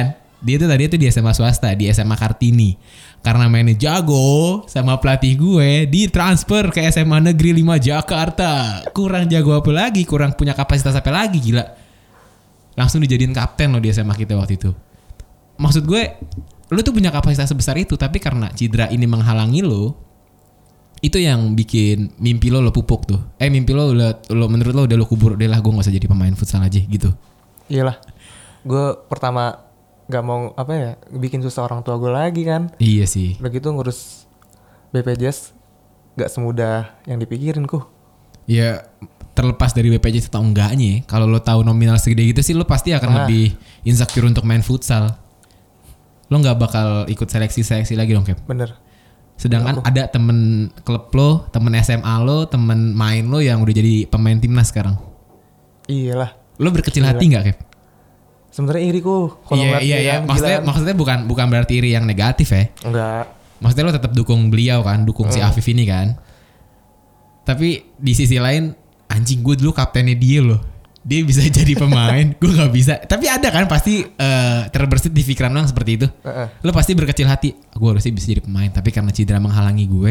Dia tuh tadi tuh di S M A swasta, di S M A Kartini. Karena mainnya jago sama pelatih gue, ditransfer ke S M A Negeri lima Jakarta. Kurang jago apa lagi, kurang punya kapasitas apa lagi, gila. Langsung dijadiin kapten loh di S M A kita waktu itu. Maksud gue, lu tuh punya kapasitas sebesar itu, tapi karena cedera ini menghalangi lo, itu yang bikin mimpi lo lo pupuk tuh. Eh mimpi lo, lo, lo menurut lo udah lo kubur, udah lah gue gak usah jadi pemain futsal aja gitu. Iyalah, gue pertama gak mau apa ya, bikin susah orang tua gue lagi kan. Iya sih. Begitu ngurus B P J S gak semudah yang dipikirin ku. Ya terlepas dari B P J S atau enggaknya, kalau lo tahu nominal segede gitu sih lo pasti akan nah. lebih insecure untuk main futsal. Lo gak bakal ikut seleksi-seleksi lagi dong, Cap. Bener. Sedangkan Bener. ada temen klub lo, temen S M A lo, temen main lo yang udah jadi pemain timnas sekarang. Iyalah. Lo berkecil Iyalah. hati gak, Cap? Sebenarnya iri ku kalau iya, iya, iya. Maksudnya, maksudnya bukan bukan berarti iri yang negatif ya. Enggak. Maksudnya lo tetap dukung beliau kan, dukung hmm. si Afif ini kan. Tapi di sisi lain, anjing gue dulu kaptennya dia loh. Dia bisa jadi pemain, gue gak bisa. Tapi ada kan pasti uh, terbersit di pikiran lo seperti itu. Uh-uh. Lo pasti berkecil hati, gue harusnya bisa jadi pemain. Tapi karena cedera menghalangi gue.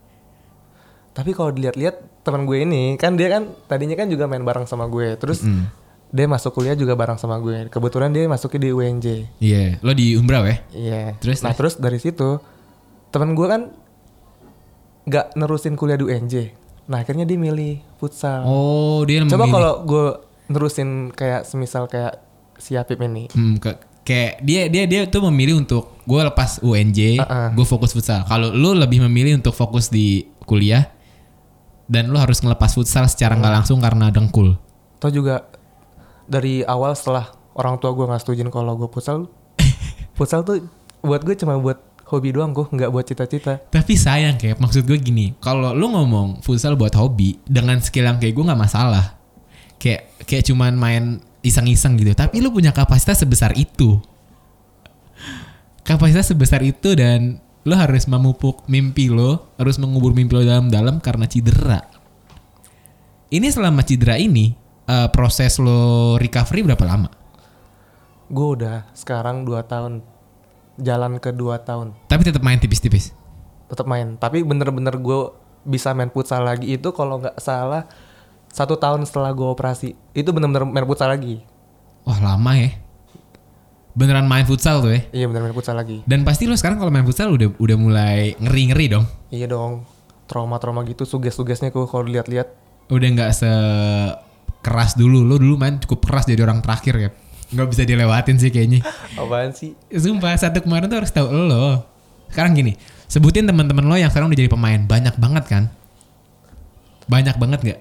Tapi kalau dilihat-lihat teman gue ini, kan dia kan tadinya kan juga main bareng sama gue. Terus mm-hmm. dia masuk kuliah juga bareng sama gue. Kebetulan dia masuknya di U N J. Iya, yeah. Lo di Umbra ya? Iya. Yeah. Terus, nah terus dari situ teman gue kan gak nerusin kuliah di U N J. Nah akhirnya dia milih futsal. Oh, dia coba memilih. Kalau gue nerusin kayak semisal kayak si Apip ini. Hmm, ke, kayak dia dia dia tuh memilih untuk gue lepas U N J, uh-uh. gue fokus futsal. Kalau lu lebih memilih untuk fokus di kuliah dan lu harus ngelepas futsal secara nggak uh. langsung karena dengkul. Atau juga dari awal setelah orang tua gue nggak setujuin kalau gue futsal, futsal tuh buat gue cuma buat hobi doang, gue nggak buat cita-cita. Tapi sayang kayak maksud gue gini, kalau lu ngomong futsal buat hobi dengan skill yang kayak gue nggak masalah, kayak kayak cuman main iseng-iseng gitu. Tapi lu punya kapasitas sebesar itu, kapasitas sebesar itu dan lu harus memupuk mimpi lo, harus mengubur mimpi lo dalam-dalam karena cedera. Ini selama cedera ini. Uh, proses lo recovery berapa lama? Gue udah sekarang dua tahun, jalan ke dua tahun. Tapi tetap main tipis-tipis? Tetap main, tapi bener-bener gue bisa main futsal lagi itu kalau gak salah satu tahun setelah gue operasi. Itu bener-bener main futsal lagi. Wah lama ya. Beneran main futsal tuh ya? Iya beneran main futsal lagi. Dan pasti lo sekarang kalau main futsal udah udah mulai ngeri-ngeri dong? Iya dong, trauma-trauma gitu, suges-sugesnya gue kalau dilihat-lihat. Udah gak se... keras dulu, lo dulu main cukup keras jadi orang terakhir ya, nggak bisa dilewatin sih kayaknya. Apaan sih? Sumpah satu kemarin tuh harus tahu lo. Sekarang gini, sebutin teman-teman lo yang sekarang udah jadi pemain, banyak banget kan? Banyak banget nggak?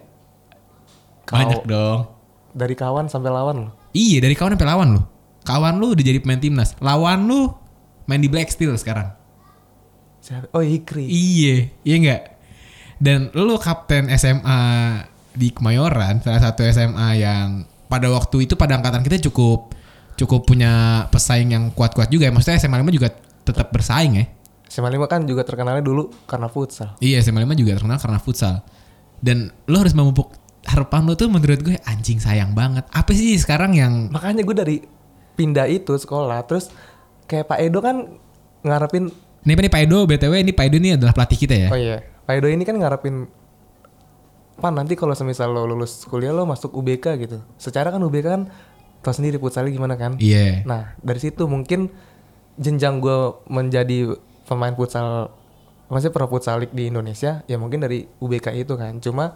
Banyak dong. Dari kawan sampai lawan lo. Iya dari kawan sampai lawan lo. Kawan lo udah jadi pemain timnas, lawan lo main di Black Steel sekarang. Siapa? Oh Ikri. Iya, iya nggak? Dan lo kapten S M A di Kemayoran, salah satu S M A yang pada waktu itu pada angkatan kita cukup cukup punya pesaing yang kuat-kuat juga ya. Maksudnya S M A lima juga tetap bersaing ya. S M A lima kan juga terkenalnya dulu karena futsal. Iya, S M A lima juga terkenal karena futsal. Dan lo harus memupuk harapan lo tuh menurut gue anjing sayang banget. Apa sih sekarang yang... Makanya gue dari pindah itu sekolah, terus kayak Pak Edo kan ngarepin... Nih Pak Edo, B T W ini Pak Edo ini adalah pelatih kita ya. Oh iya, Pak Edo ini kan ngarepin... Pan nanti kalau semisal lo lulus kuliah lo masuk U B K gitu. Secara kan U B K kan tau sendiri futsalnya gimana kan. Iya. Yeah. Nah dari situ mungkin jenjang gue menjadi pemain futsal, maksudnya pro futsalik di Indonesia ya mungkin dari U B K itu kan. Cuma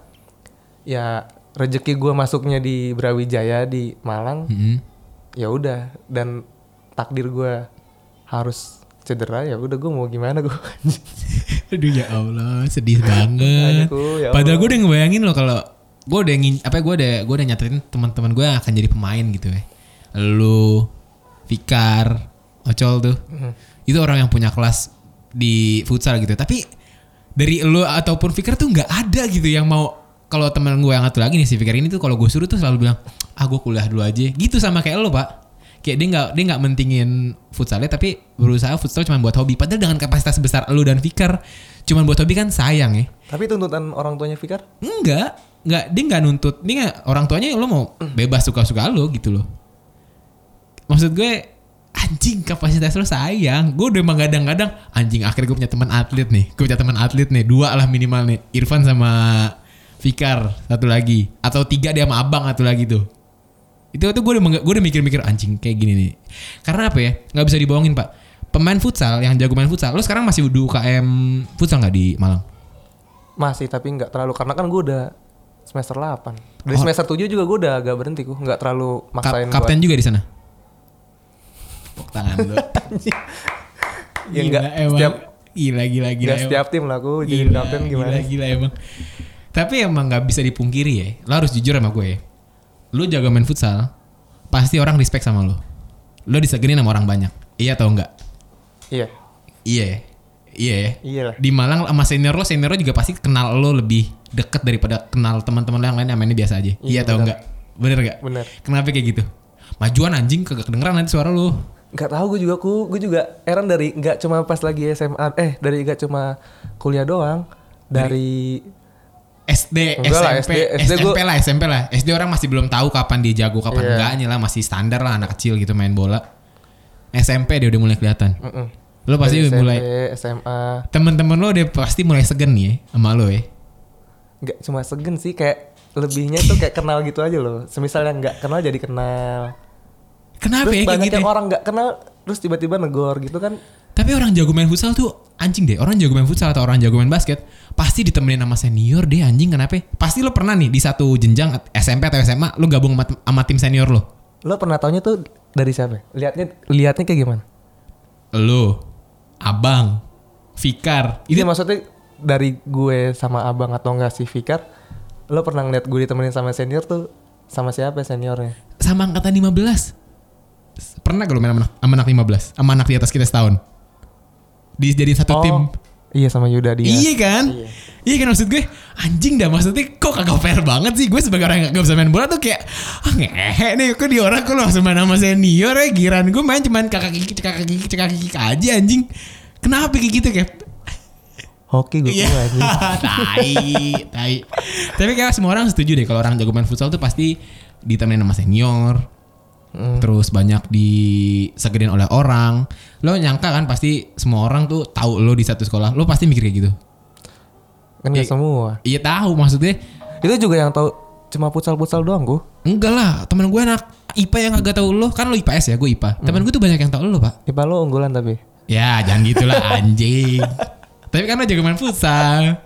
ya rezeki gue masuknya di Brawijaya di Malang. Mm-hmm. Ya udah, dan takdir gue harus cedera, ya udah gue mau gimana gue. Aduh ya Allah, sedih banget. Aku, ya Padahal gue udah ngebayangin loh kalau gue udah ngin, apa gue udah gue udah nyatetin teman-teman gue akan jadi pemain gitu ya. Lu, Fikar, Ocol tuh, mm-hmm. itu orang yang punya kelas di futsal gitu. Tapi dari lu ataupun Fikar tuh nggak ada gitu yang mau. Kalau teman gue yang satu lagi nih si Fikar ini tuh kalau gue suruh tuh selalu bilang, ah gue kuliah dulu aja. Gitu sama kayak lo Pak. Kayak dia nggak dia nggak mentingin futsalnya tapi berusaha futsal cuma buat hobi. Padahal dengan kapasitas besar lu dan Fikar cuma buat hobi kan sayang ya. Tapi tuntutan orang tuanya Fikar? Enggak, enggak dia nggak nuntut. Dia nggak, orang tuanya lo mau bebas suka-suka lo gitu loh. Maksud gue anjing kapasitas lo sayang. Gue udah emang gadang-gadang anjing akhirnya gue punya teman atlet nih. Gue punya teman atlet nih, dua lah minimal nih. Irfan sama Fikar satu lagi, atau tiga dia sama Abang satu lagi tuh. Itu tuh gue udah gue udah mikir-mikir anjing kayak gini nih. Karena apa ya? Nggak bisa dibohongin Pak. Pemain futsal yang jago main futsal, lo sekarang masih di U K M futsal nggak di Malang? Masih, tapi nggak terlalu karena kan gue udah semester delapan. Dari Oh. semester tujuh juga gue udah agak berhenti, gue nggak terlalu maksain. Ka- kapten juga di sana. Tepuk tangan lo. Ya Gila, enggak emang. setiap Gila gila gila. nggak setiap tim lah aku jadi Gila, kapten gimana. Gila gila emang. Tapi emang nggak bisa dipungkiri ya. Lo harus jujur sama gue ya. Lo jago main futsal, pasti orang respect sama lo. Lo disegenin sama orang banyak. Iya atau enggak? Iya. Iya. Iya ya. Iya lah. Di Malang sama senior lo, senior lo juga pasti kenal lo lebih deket daripada kenal teman-teman lo yang lain yang mainnya biasa aja. Iya, Iya, atau benar. enggak? Bener enggak? Bener. Kenapa kayak gitu? Majuan anjing kagak kedengeran nanti suara lo. Nggak tahu gue juga aku gue juga heran dari nggak cuma pas lagi S M A eh dari nggak cuma kuliah doang dari S D, Enggak lah, S M P, S D, S D S M P gua- lah, S M P lah. S D orang masih belum tahu kapan dia jago, kapan Iya. enggaknya lah, masih standar lah anak kecil gitu main bola. S M P dia udah mulai kelihatan. Mm-mm. Lo pasti Dari mulai S M P, S M A. temen-temen lo udah pasti mulai segen nih ya sama lo ya. Nggak cuma segen sih, kayak lebihnya tuh kayak kenal gitu aja loh. Semisal yang nggak kenal jadi kenal. Kenapa Terus ya kayak banyak gitu? yang ya? orang nggak kenal terus tiba-tiba negor gitu kan. Tapi orang jago main futsal tuh anjing deh. Orang jago main futsal atau orang jago main basket pasti ditemenin sama senior deh anjing. Kenapa? Pasti lo pernah nih di satu jenjang S M P atau S M A lo gabung sama, sama tim senior lo. Lo pernah taunya tuh dari siapa? Lihatnya lihatnya kayak gimana? Lo, Abang, Fikar. Itu Itu maksudnya dari gue sama abang atau enggak si Fikar, lo pernah ngeliat gue ditemenin sama senior tuh sama siapa seniornya? sama angkatan lima belas. Pernah gak lo main sama anak, sama anak lima belas? Sama anak di atas kita setahun? Dijadiin satu Oh, tim. iya sama Yuda dia. Iya kan? Iya. Iya kan maksud gue anjing dah, maksudnya kok kagak fair banget sih. Gue sebagai orang yang gak bisa main bola tuh kayak ah ngehe nih, kok di orang kok langsung main sama senior ya. Giran gue main cuman kakak kiki kakak kiki kakak kiki aja anjing. Kenapa kayak gitu Cap? Hoki gue Iya. kira aja. Tai, tai. Tapi kayak semua orang setuju deh kalau orang jago main futsal tuh pasti ditemenin sama senior. Hmm. Terus banyak disegerin oleh orang. Lo nyangka kan pasti semua orang tuh tahu lo di satu sekolah. Lo pasti mikir kayak gitu. Kan nggak Iya. semua. Iya tahu maksudnya. Itu juga yang tahu cuma futsal-futsal doang gue. Enggak lah, temen gue anak I P A yang kagak tahu lo. Kan lo I P S ya, gue I P A. Temen gue tuh banyak yang tahu lo Pak. I P A lo unggulan tapi. Ya jangan gitulah anjing. Tapi kan lo jago main futsal.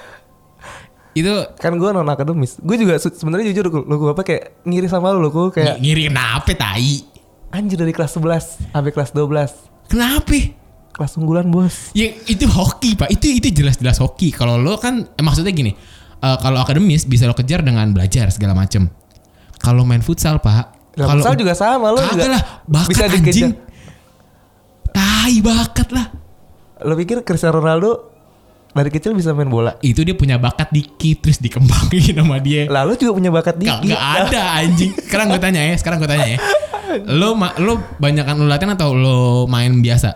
Itu Kan gue non akademis. Gue juga su- sebenarnya jujur lo gue apa kayak ngiri sama lo lo gue kayak ng- ngiri kenapa tai? anjir dari kelas sebelas sampai kelas dua belas. Kenapa? Kelas unggulan bos. Ya itu hoki Pak. Itu itu jelas-jelas hoki. Kalau lo kan eh, maksudnya gini. eh, kalau akademis bisa lo kejar dengan belajar segala macem. Kalau main futsal Pak. Lah, Kalau futsal juga sama lo kagak juga. lah, bakat bisa anjing. dikejar. Tai bakat lah. Lo pikir Cristiano Ronaldo dari kecil bisa main bola? Itu dia punya bakat dikit terus dikembangin sama dia. Lalu juga punya bakat Gak, dikit. gak ada anjing. Sekarang gue tanya ya, sekarang gue tanya ya. Lo ma- lo banyakan lo latihan atau lo main biasa?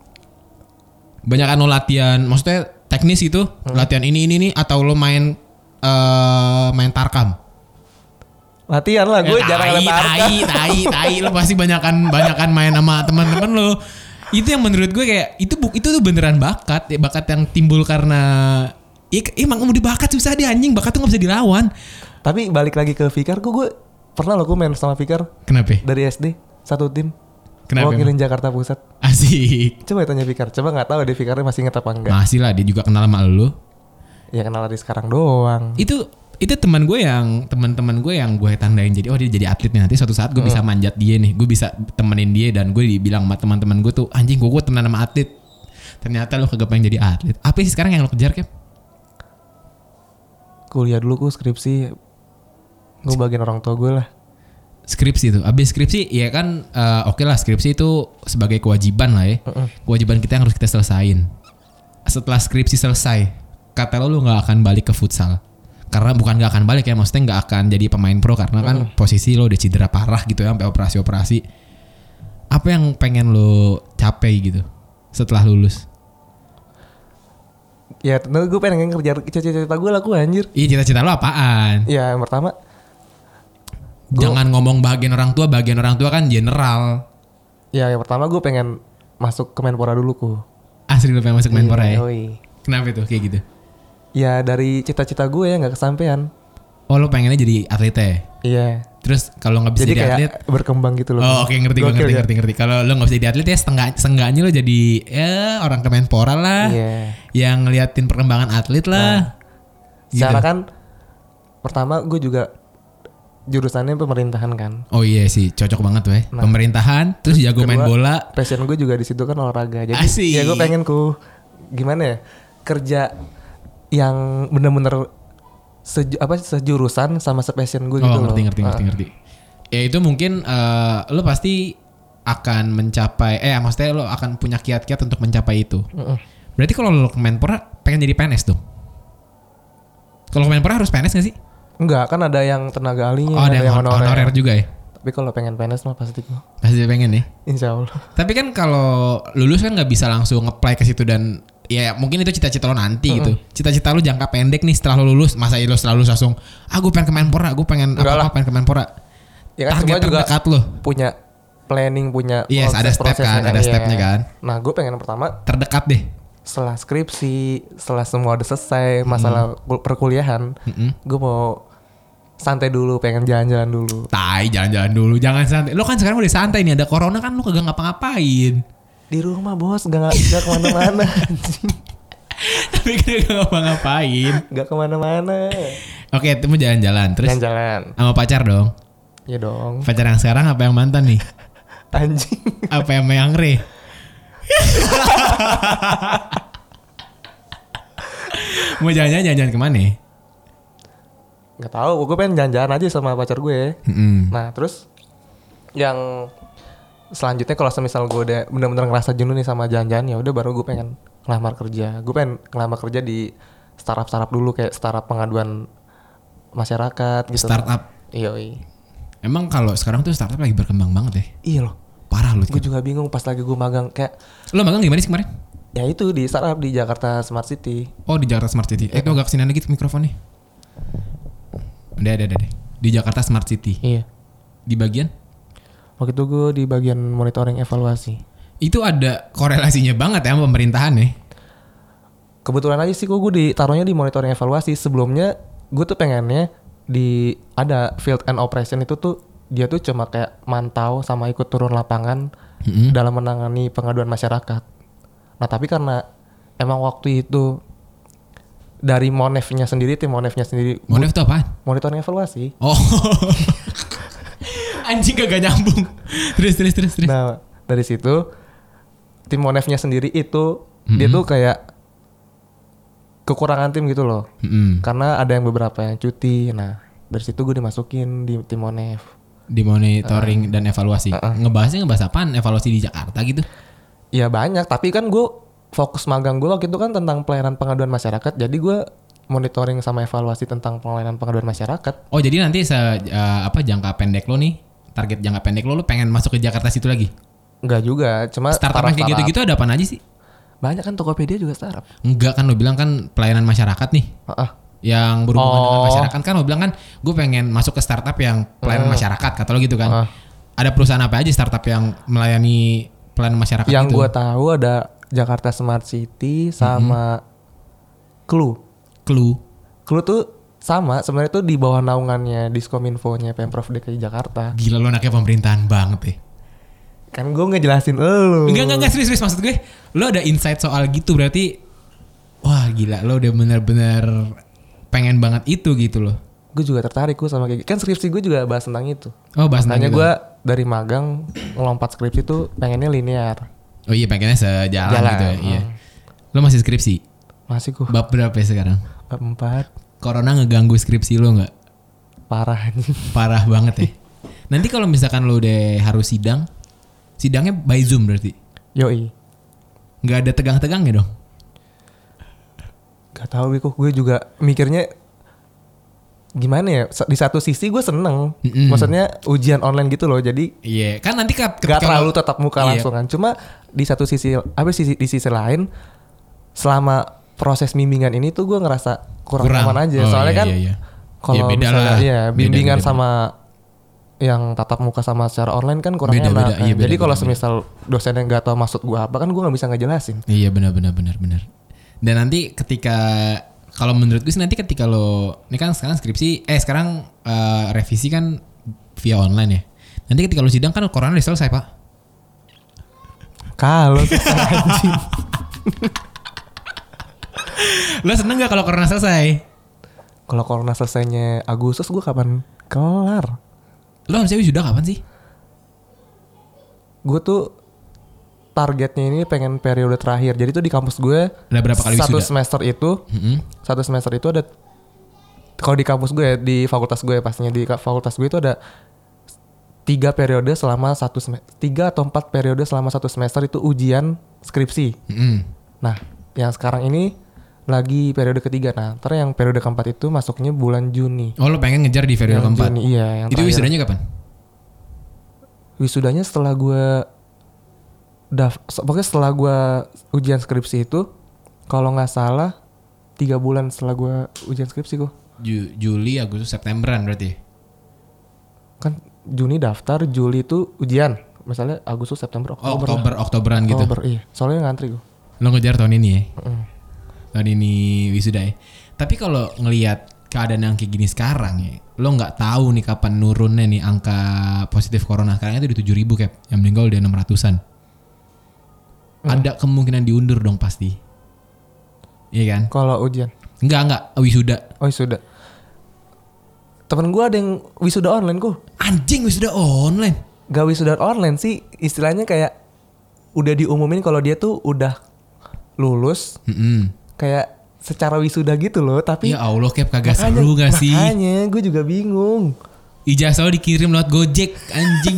Banyakan lo latihan, maksudnya teknis itu, Hmm. latihan ini ini ini atau lo main eh main tarkam? Latihan lah, gue Eh, jarang tai, ada tarkam. tai, tai, tai, lo pasti banyakan banyakan main sama teman-teman lo. Itu yang menurut gue kayak itu bu- itu tuh beneran bakat, ya bakat yang timbul karena ya, emang mau dibakat susah dia anjing, bakat tuh gak bisa dilawan. Tapi balik lagi ke Fikar, gue, gue pernah loh gue main sama Fikar Kenapa? dari S D satu tim. Kenapa? Wakilin Jakarta Pusat. Asik. Coba tanya Fikar, coba nggak tahu deh Fikarnya masih inget apa enggak. Masih lah, dia juga kenal sama lo. Ya kenal dari sekarang doang. Itu itu teman gue yang teman-teman gue yang gue tandain jadi oh dia jadi atlet nih, nanti suatu saat gue bisa manjat dia nih, gue bisa temenin dia dan gue dibilang sama teman-teman gue tuh anjing gue gue temenan sama atlet. Ternyata lo kagak pengen jadi atlet. Apa sih sekarang yang lo kejar Cap? Kuliah dulu gue skripsi. Gue bagian orang tua gue lah. Skripsi itu, abis skripsi ya kan eh, oke lah skripsi itu sebagai kewajiban lah ya, kewajiban kita yang harus kita selesain. Setelah skripsi selesai, kata lo lo nggak akan balik ke futsal, karena bukan nggak akan balik ya, maksudnya nggak akan jadi pemain pro karena kan posisi lo udah cedera parah gitu ya sampai operasi-operasi. Apa yang pengen lo capai gitu setelah lulus? Ya tentu gue pengen kerja cita-cita gue lah gue anjir. Iya cita-cita lo apaan? Ya yang pertama Gua- Jangan ngomong bagian orang tua, bagian orang tua kan general. Ya yang pertama gue pengen masuk ke Menpora dulu ku. Asli lu pengen masuk Menpora ya? Iya, yoi. Kenapa tuh kayak gitu? Ya dari cita-cita gue ya nggak kesampaian. Oh lo pengennya jadi atlet ya? Iya. Terus kalau nggak bisa Jadi jadi kayak atlet? berkembang gitu loh. Oh oke okay, ngerti gue Gokil ngerti ya? ngerti ngerti. Kalau lo nggak bisa jadi atlet ya setengah setengahnya lo jadi ya orang Kemenpora lah. Iya. Yang ngeliatin perkembangan atlet lah. Nah, secara kan pertama gue juga jurusannya pemerintahan kan. Oh iya sih cocok banget weh. Nah, pemerintahan terus jago main bola. Passion gue juga di situ kan olahraga. Jadi Asik. ya gue pengen ku gimana ya kerja yang bener-bener seju, apa sejurusan sama sepassion gue gitu Oh loh. ngerti ngerti ngerti Ah. ngerti. Ya itu mungkin uh, lo pasti akan mencapai eh maksudnya lo akan punya kiat-kiat untuk mencapai itu. Mm-mm. Berarti kalau lo ke Menpora pengen jadi P N S tuh? Kalau ke Menpora harus P N S gak sih? Enggak, kan ada yang tenaga ahlinya, Oh ada yang honorer. honorer juga ya? Tapi kalau pengen P N S mah pasti gue. Pasti pengen nih. Insya Allah. Tapi kan kalau lulus kan nggak bisa langsung apply ke situ dan ya mungkin itu cita-cita lo nanti Mm-mm. gitu. Cita-cita lo jangka pendek nih setelah lo lulus. Masa lo selalu langsung, ah gue pengen ke Menpora, gue pengen Enggak apa-apa lah. pengen ke Menpora. Ya kan Target semua juga terdekat lo. punya planning, punya Yes, ada step kan, ada Iya. stepnya kan. Nah gue pengen yang pertama Terdekat deh. setelah skripsi, setelah semua udah selesai masalah kul- perkuliahan, Mm-mm. gue mau santai dulu, pengen jalan-jalan dulu. Tai jalan-jalan dulu, jangan santai. Lo kan sekarang udah santai nih, ada corona kan lo kagak ngapa-ngapain. Di rumah bos, gak, gak kemana-mana. Tapi kan kagak ngapa-ngapain. Gak kemana-mana. Oke, itu mau jalan-jalan terus Jalan-jalan. sama pacar dong. Ya dong. Pacar yang sekarang apa yang mantan nih? Anjing. Apa yang yang re? Mau jalan-jalan jalan-jalan kemana? Gak tahu, gue pengen jalan-jalan aja sama pacar gue. Mm-mm. Nah terus yang selanjutnya kalau semisal gue udah bener-bener ngerasa jenuh nih sama jalan-jalan, ya udah baru gue pengen ngelamar kerja. Gue pengen ngelamar kerja di startup-startup dulu, kayak startup pengaduan masyarakat gitu. Startup. Iya iya. Emang kalau sekarang tuh startup lagi berkembang banget ya? Iya loh. Parah lu. Gue juga bingung pas lagi gue magang kayak Lo magang di mana sih kemarin? ya itu di startup di Jakarta Smart City. Oh di Jakarta Smart City. Eh tuh agak kesini dikit mikrofonnya. Udah, udah, udah, udah. Di Jakarta Smart City. Iya. Di bagian? Waktu itu gue di bagian monitoring evaluasi. Itu ada korelasinya banget ya sama pemerintahan ya? Kebetulan aja sih gue gue ditaruhnya di monitoring evaluasi. Sebelumnya gue tuh pengennya di ada field and operation itu tuh dia tuh cuma kayak mantau sama ikut turun lapangan Mm-hmm. dalam menangani pengaduan masyarakat. Nah tapi karena emang waktu itu dari Monef-nya sendiri, tim Monef-nya sendiri, Monef itu apaan? monitoring evaluasi. Oh. Anjing kagak nyambung. Terus terus terus terus. Nah dari situ tim Monef-nya sendiri itu Mm-hmm. dia tuh kayak kekurangan tim gitu loh. Mm-mm. Karena ada yang beberapa yang cuti. Nah dari situ gue dimasukin di tim Monef. Di monitoring dan evaluasi. Uh-uh. Ngebahasnya ngebahas apaan? Evaluasi di Jakarta gitu? Ya banyak, tapi kan gue fokus magang gue waktu itu kan tentang pelayanan pengaduan masyarakat. Jadi gue monitoring sama evaluasi tentang pelayanan pengaduan masyarakat. Oh jadi nanti se uh, apa jangka pendek lo nih, target jangka pendek lo lo pengen masuk ke Jakarta situ lagi? Enggak juga, cuma Startup yang kayak gitu-gitu ada apaan aja sih? Banyak kan Tokopedia juga startup. Enggak kan lo bilang kan pelayanan masyarakat nih. Heeh. Yang berhubungan Oh. dengan masyarakat kan lo bilang kan gue pengen masuk ke startup yang pelayanan Hmm. masyarakat kata lo gitu kan. Heeh. Ada perusahaan apa aja startup yang melayani pelayanan masyarakat Yang gitu? gue tahu ada Jakarta Smart City sama Clue. Clue. Clue tuh sama sebenarnya tuh di bawah naungannya Diskominfo-nya Pemprov D K I Jakarta. Gila lo anaknya pemerintahan banget deh. Kan gue ngejelasin elu. Enggak, enggak, enggak, serius, serius. Maksud gue, lo ada insight soal gitu berarti, wah gila, lo udah bener-bener pengen banget itu gitu loh. Gue juga tertarik gue sama kayak gitu. Kan skripsi gue juga bahas tentang itu. Oh, bahas tentang Makanya itu. gue dari magang ngelompat skripsi tuh pengennya linear. Oh iya, pengennya sejalan Jalan. gitu ya. Iya. Hmm. Lo masih skripsi? Masih gue Bab berapa ya sekarang? empat. Corona ngeganggu skripsi lo nggak? Parah anjing. Parah banget ya. Nanti kalau misalkan lo udah harus sidang, sidangnya by Zoom berarti? Yoi. Nggak ada tegang-tegangnya dong? Gak tau kok gue juga mikirnya gimana ya, di satu sisi gue seneng. Mm-mm. Maksudnya ujian online gitu loh, jadi Iya, kan nanti kat- gak ketika terlalu lo- tetap muka Iya. langsung kan. Cuma di satu sisi, apa sisi di sisi lain, selama proses bimbingan ini tuh gue ngerasa kurang, Kurang. nyaman aja. Oh, Soalnya iya, kan iya, iya. kalau Ya, beda misalnya lah. ya Beda, bimbingan beda, sama yang tatap muka sama secara online kan kurang Beda, enak. beda. kan. Iya, beda, Jadi kalau beda, semisal dosennya nggak tahu maksud gue apa kan gue nggak bisa ngejelasin. Iya benar benar benar benar. Dan nanti ketika kalau menurut gue sih nanti ketika lo ini kan sekarang skripsi eh sekarang uh, revisi kan via online ya. Nanti ketika lo sidang kan corona udah selesai pak. Kalau selesai anjing. Lo seneng gak kalau corona selesai? Kalau corona selesainya Agustus gue kapan kelar? Lo harusnya wisuda kapan sih? Gue tuh targetnya ini pengen periode terakhir. Jadi tuh di kampus gue Ada berapa kali satu wisuda? semester itu, Mm-hmm. satu semester itu ada. Kalau di kampus gue ya, di fakultas gue pastinya di fakultas gue itu ada tiga periode selama satu semester, tiga atau empat periode selama satu semester itu ujian skripsi. Mm-hmm. Nah, yang sekarang ini lagi periode ketiga. Nah, ntar yang periode keempat itu masuknya bulan Juni. Oh lo pengen ngejar di periode Yang keempat? Juni, iya. Yang Itu terakhir. wisudanya kapan? Wisudanya setelah gue daf, pokoknya setelah gue ujian skripsi itu, kalau nggak salah tiga bulan setelah gue ujian skripsi gue. Ju- Juli, Agustus, Septemberan berarti? Kan Juni daftar, Juli itu ujian. Misalnya Agustus, September, Oh, Oktober. Oktober, Oktoberan gitu. Oktober, iya. Soalnya ngantri gue. Lo ngejar tahun ini ya? Mm. Tahun ini wisuda ya. Tapi kalau ngelihat keadaan yang kayak gini sekarang ya, lo nggak tahu nih kapan nurunnya nih angka positif corona. Sekarang itu di tujuh ribu Cap, yang meninggal udah enam ratusan. Hmm. Ada kemungkinan diundur dong pasti. Iya kan? Kalau ujian. Enggak, enggak, wisuda. Oh wisuda. Temen gue ada yang wisuda online kok. Anjing wisuda online. Gak wisuda online sih, istilahnya kayak udah diumumin kalau dia tuh udah lulus, Mm-mm. kayak secara wisuda gitu loh. Tapi Ya Allah Cap, kagak makanya- seru gak sih? Makanya gue juga bingung. Ijazah lo dikirim lewat Gojek, anjing.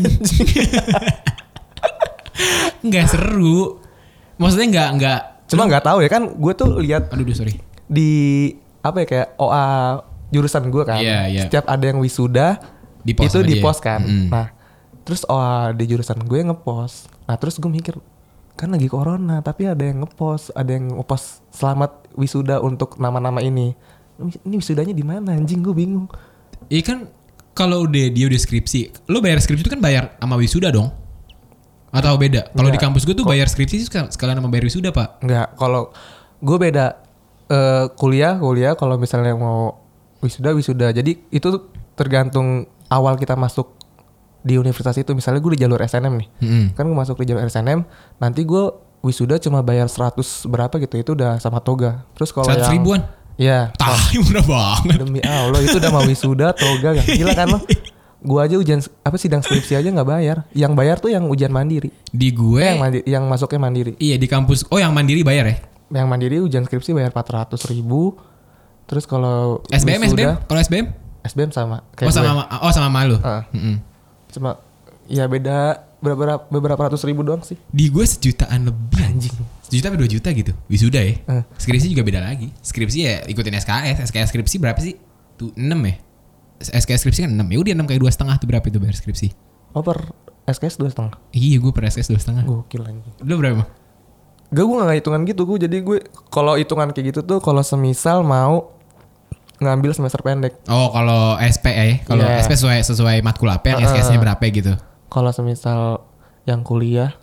Nggak seru. Maksudnya nggak nggak. Cuma nggak tahu ya kan, gue tuh lihat Aduh, duh, sorry. di apa ya kayak O A jurusan gue kan. Iya, iya. Setiap ada yang wisuda Di-post itu sama di dia. post kan. Mm-mm. Nah, terus O A di jurusan gue ngepost. Nah, terus gue mikir kan lagi corona, tapi ada yang ngepost, ada yang ngepost selamat wisuda untuk nama-nama ini. Ini wisudanya di mana anjing, gue bingung. Iya kan kalau udah dia udah skripsi, lo bayar skripsi itu kan bayar sama wisuda dong? Atau beda? Kalau di Enggak. kampus gue tuh bayar skripsi sih sekal- sekalian sama bayar wisuda pak. Enggak, kalau gue beda. Eh, kuliah, kuliah kalau misalnya mau wisuda, wisuda. Jadi itu tuh tergantung awal kita masuk di universitas itu. Misalnya gue di jalur S N M nih. Mm-mm. Kan gue masuk di jalur S N M, nanti gue wisuda cuma bayar seratus berapa gitu, itu udah sama toga. Terus kalau Seratus yang ribuan. ya Tahi murah banget. demi Allah itu udah mau wisuda toga gak gila kan lo. Gue aja ujian apa sidang skripsi aja nggak bayar. Yang bayar tuh yang ujian mandiri. Di gue, Eh, yang mandi- yang masuknya mandiri. iya di kampus. Oh yang mandiri bayar ya? Yang mandiri ujian skripsi bayar empat ratus ribu. Terus kalau S B M, S B M. wisuda- Kalau S B M? S B M sama Oh sama, gue. ma- oh sama malu. Ah. Mm-mm. Cuma ya beda beberapa beberapa ratus ribu doang sih. Di gue sejutaan lebih. Anjing. Sejuta sampai dua juta gitu. Wisuda ya. Eh. Skripsi juga beda lagi. Skripsi ya ikutin S K S. S K S skripsi berapa sih? Tuh enam ya. S K S skripsi kan enam. Ya udah enam kali dua setengah tuh berapa itu bayar skripsi? Oh per S K S dua setengah. Iya gue per S K S dua setengah. Gokil anjing. Lo berapa? Gak, gue gak hitungan gitu gue. Jadi gue kalau hitungan kayak gitu tuh kalau semisal mau ngambil semester pendek. Oh kalau S P ya. Kalau Iya. S P sesuai sesuai matkul apa yang Uh-uh. S K S-nya berapa gitu. Kalau semisal yang kuliah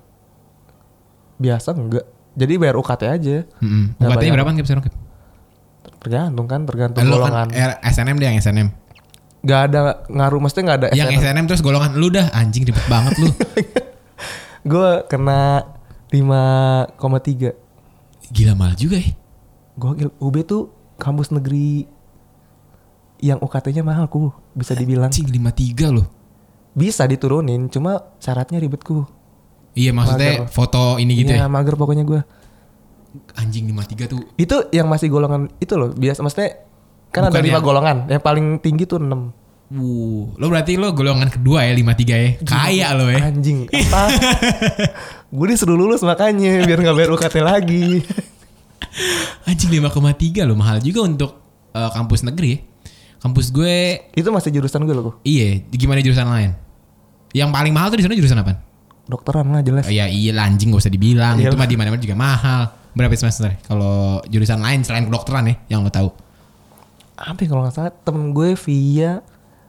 biasa enggak. Jadi bayar U K T aja. Heeh. Nggak U K T-nya bayar. berapa kan sekarang? Tergantung kan, tergantung Lo golongan. kan eh, S N M deh yang S N M. Gak ada ngaruh, maksudnya gak ada Yang S N M terus golongan lu dah anjing ribet banget lu. Gue kena lima koma tiga. Gila mahal juga ya. Gokil. U B tuh kampus negeri yang U K T-nya mahal ku, bisa dibilang. Anjing lima puluh tiga loh. Bisa diturunin, cuma syaratnya ribet ku. Iya maksudnya Mager. foto ini gitu Iya, ya. mager pokoknya gue. Anjing lima puluh tiga tuh. Itu yang masih golongan itu loh, biasa maksudnya kan ada Bukan lima yang- golongan, yang paling tinggi tuh enam. Wuh, lo berarti lo golongan kedua ya lima puluh tiga ya. Kaya lo ya. Anjing, apa? Gue disuruh lulus makanya biar nggak bayar U K T lagi. Anjing lima koma tiga lo mahal juga untuk eh, kampus negeri ya. Kampus gue Itu masih jurusan gue loh. iya, gimana jurusan lain? Yang paling mahal tuh di sana jurusan apa? Dokteran lah jelas. Oh, ya iya lah, anjing gak usah dibilang. Iya Itu lah. mah di mana-mana juga mahal. Berapa semester? Kalau jurusan lain selain kedokteran ya yang lo tahu? Apa ya kalau nggak salah temen gue via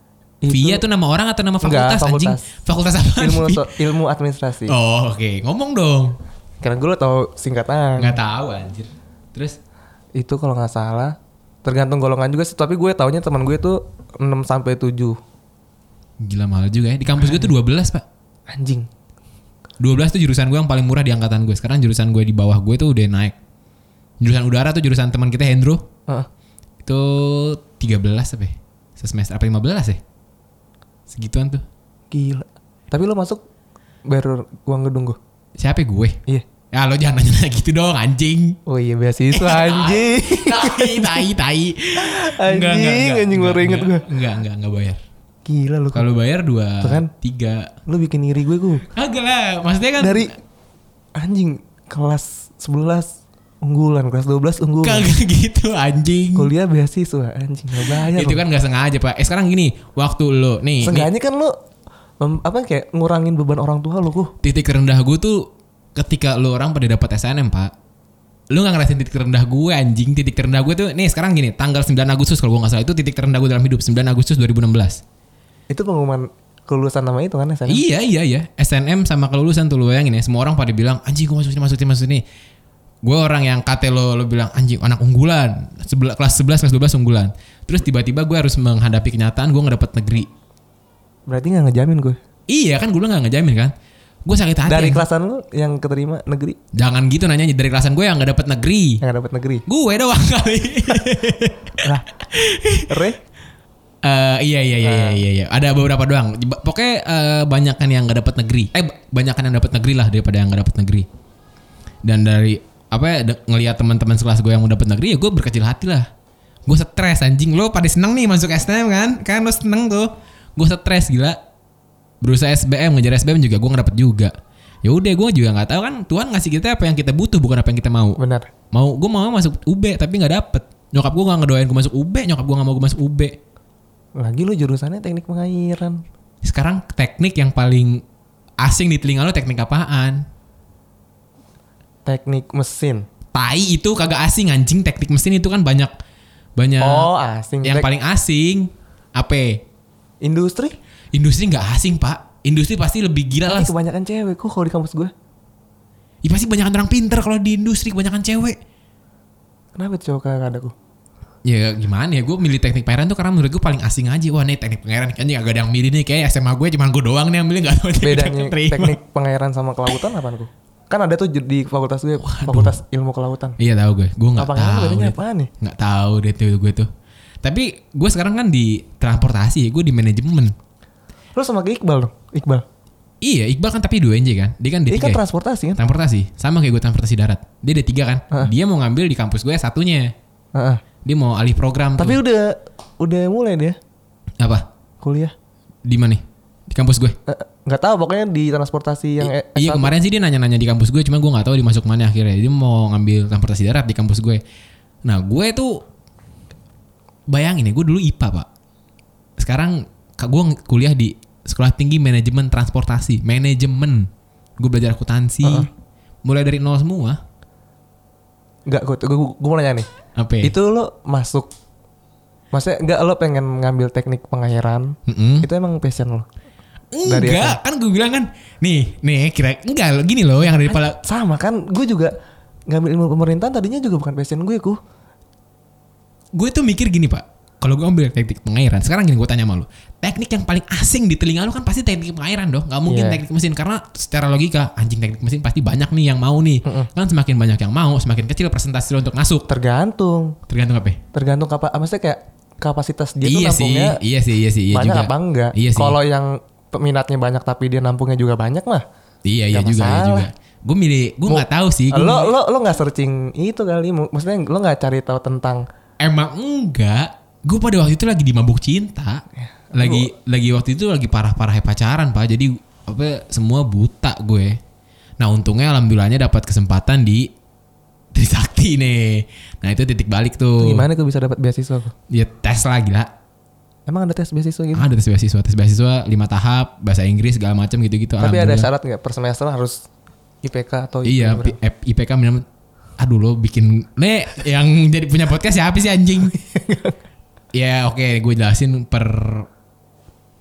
Itu- Via tuh nama orang atau nama Enggak, fakultas, anjing? fakultas. Fakultas apa? ilmu so- ilmu administrasi. Oh oke, ngomong dong. Karena gue tau singkatan. Nggak tahu anjir. Terus Itu kalau nggak salah tergantung golongan juga sih, tapi gue taunya teman gue tuh enam sampai tujuh. gila mahal juga ya. Di kampus gue tuh dua belas pak. Anjing. dua belas tuh jurusan gue yang paling murah di angkatan gue. Sekarang jurusan gue di bawah gue tuh udah naik. Jurusan udara tuh jurusan teman kita Hendro. Heeh. Itu tiga belas apa ya? Semester apa lima belas ya? Segituan tuh. Gila. Tapi lo masuk bayar uang gedung gue. Siapa gue? Iya. Ya lo jangan nanya gitu dong anjing. Oh iya beasiswa anjing. Tai tai tai. Anjing, anjing baru inget gue. Enggak, enggak, enggak bayar. Gila lu. Kalau bayar dua, Tuh kan? tiga. Lu bikin iri gue gue. Agak lah, maksudnya kan Dari anjing kelas sebelas unggulan, kelas dua belas unggulan. kagak gitu anjing. Kuliah beasiswa anjing enggak bayar. Itu kan nggak sengaja pak. Eh sekarang gini, waktu lo nih, nih Seenggaknya kan lu mem- apa kayak ngurangin beban orang tua lu ku. titik terendah gue tuh ketika lo orang pada dapat S N M pak. Lu nggak ngerasain titik terendah gue anjing. Titik terendah gue tuh nih sekarang gini, tanggal sembilan Agustus kalau gue nggak salah itu titik terendah gue dalam hidup sembilan Agustus dua ribu enam belas. Itu pengumuman kelulusan nama itu kan S N M. Iya iya iya. S N M sama kelulusan tuh lo bayangin ya. Semua orang pada bilang anjing gue masuk sini masuk sini masuk sini. Gue orang yang kate lo lo bilang anjing anak unggulan. Sebel, kelas sebelas kelas dua belas unggulan. Terus tiba-tiba gue harus menghadapi kenyataan gue nggak dapet negeri. Berarti nggak ngejamin gue. Iya kan gue nggak ngejamin kan. Gue sakit hati. Dari ya. kelasan lu yang keterima negeri, Jangan gitu nanya dari kelasan gue yang nggak dapet negeri. yang nggak dapat negeri. Gue doang kali. Lah. Re? Eh iya iya iya iya iya iya. Ada beberapa doang. Ba- Pokoknya eh, banyakan yang nggak dapat negeri. Eh ba- banyakan yang dapat negeri lah daripada yang nggak dapat negeri. Dan dari apa ya de- ngelihat teman-teman sekelas gue yang udah dapat negeri ya gue berkecil hati lah. Gue stres anjing. Lo pada seneng nih masuk S N M kan? Kan lo seneng tuh. Gue stres gila. Berusaha S B M ngejar S B M juga gue nggak dapet juga. Ya udah gue juga nggak tahu kan Tuhan ngasih kita apa yang kita butuh bukan apa yang kita mau. Benar. Mau gue mau masuk U B tapi nggak dapet. Nyokap gue nggak ngedoain gue masuk U B. Nyokap gue nggak mau gue masuk U B. Lagi lu jurusannya teknik pengairan. Sekarang teknik yang paling asing di telinga lo teknik apaan? Teknik mesin. Tai itu kagak asing anjing. Teknik mesin itu kan banyak banyak Oh, asing. yang Tek- paling asing. Apa? Industri? Industri nggak asing pak. Industri pasti lebih gila lah. Tapi kebanyakan cewek kok kalau di kampus gue. Ya, pasti banyak orang pinter kalau di industri kebanyakan cewek. Kenapa tuh cowok kagak ada ku? Ya gimana ya gue milih teknik pangeran tuh karena menurut gue paling asing aja. Wah nih teknik pangeran kan agak ada yang milih nih kayak S M A gue cuma gue doang nih yang milih nggak tahu Bedanya teknik pengairan sama kelautan apaan ku? Kan ada tuh di fakultas gue, fakultas ilmu kelautan. Iya tahu gue. Gue nggak Apa tahu. bedanya deh. apaan nih? Nggak tahu deh tuh gue tuh. Tapi gue sekarang kan di transportasi, gue di manajemen. Lu sama kayak Iqbal dong? Iqbal. Iya, Iqbal kan tapi dua N J kan. Dia kan D Dia tiga. kan ya? transportasi kan? Transportasi. Sama kayak gue transportasi darat. Dia D tiga kan. Heeh. Dia mau ngambil di kampus gue satunya. Heeh. Dia mau alih program Tapi tuh. udah udah mulai dia Apa? kuliah. Di mana nih? Di kampus gue. Eh, Nggak tahu pokoknya di transportasi yang I- S satu. iya kemarin sih dia nanya-nanya di kampus gue, cuma gue nggak tahu dia masuk mana akhirnya. Dia mau ngambil transportasi darat di kampus gue. Nah gue tuh bayangin ya, gue dulu I P A pak. Sekarang gue kuliah di Sekolah Tinggi Manajemen Transportasi, manajemen. Gue belajar akuntansi, Uh-uh. mulai dari nol semua. Enggak, gue, gue, gue mau nanya nih. Apa? ya? Itu lo masuk, maksudnya enggak lo pengen ngambil teknik pengairan? Mm-mm. Itu emang passion lo? Dari Enggak, kan gue bilang kan, nih, nih kira enggak lo gini loh yang dari kepala. Sama kan, gue juga ngambil ilmu pemerintahan tadinya juga bukan passion gue ku. Gue tuh mikir gini pak, kalau gue ambil teknik pengairan, sekarang gini gue tanya sama lo, teknik yang paling asing di telinga lo kan pasti teknik pengairan dong, nggak mungkin Yeah. teknik mesin karena secara logika anjing teknik mesin pasti banyak nih yang mau nih, Mm-mm. kan semakin banyak yang mau, semakin kecil persentase lo untuk masuk, Tergantung, tergantung apa? ya? tergantung apa, maksudnya kayak kapasitas dia iya tuh sih, nampungnya iya sih, iya sih, iya banyak juga. apa enggak? Iya sih. Kalau yang peminatnya banyak tapi dia nampungnya juga banyak mah. Iya iya nggak juga, iya masalah. juga. Gue milih, gue Mau- nggak tahu sih. Gua Lo milih- lo lo nggak searching itu kali, mu- maksudnya lo nggak cari tahu tentang Emang enggak. Gue pada waktu itu lagi di mabuk cinta. Lagi lagi waktu itu lagi parah-parah pacaran, Pak. Jadi apa semua buta gue. Nah, untungnya alhamdulillahnya dapat kesempatan di Trisakti nih. Nah, itu titik balik tuh. gimana gue bisa dapat beasiswa kok? Ya tes lah gila. Emang ada tes beasiswa gitu? Ada tes beasiswa, tes beasiswa lima tahap, bahasa Inggris segala macam gitu-gitu. Tapi ada Alhamdulillah. syarat nggak per semester harus I P K atau Iya, berapa? P- I P K minimal. Aduh lo bikin nih yang jadi punya podcast siapa sih anjing? Ya oke, gue jelasin per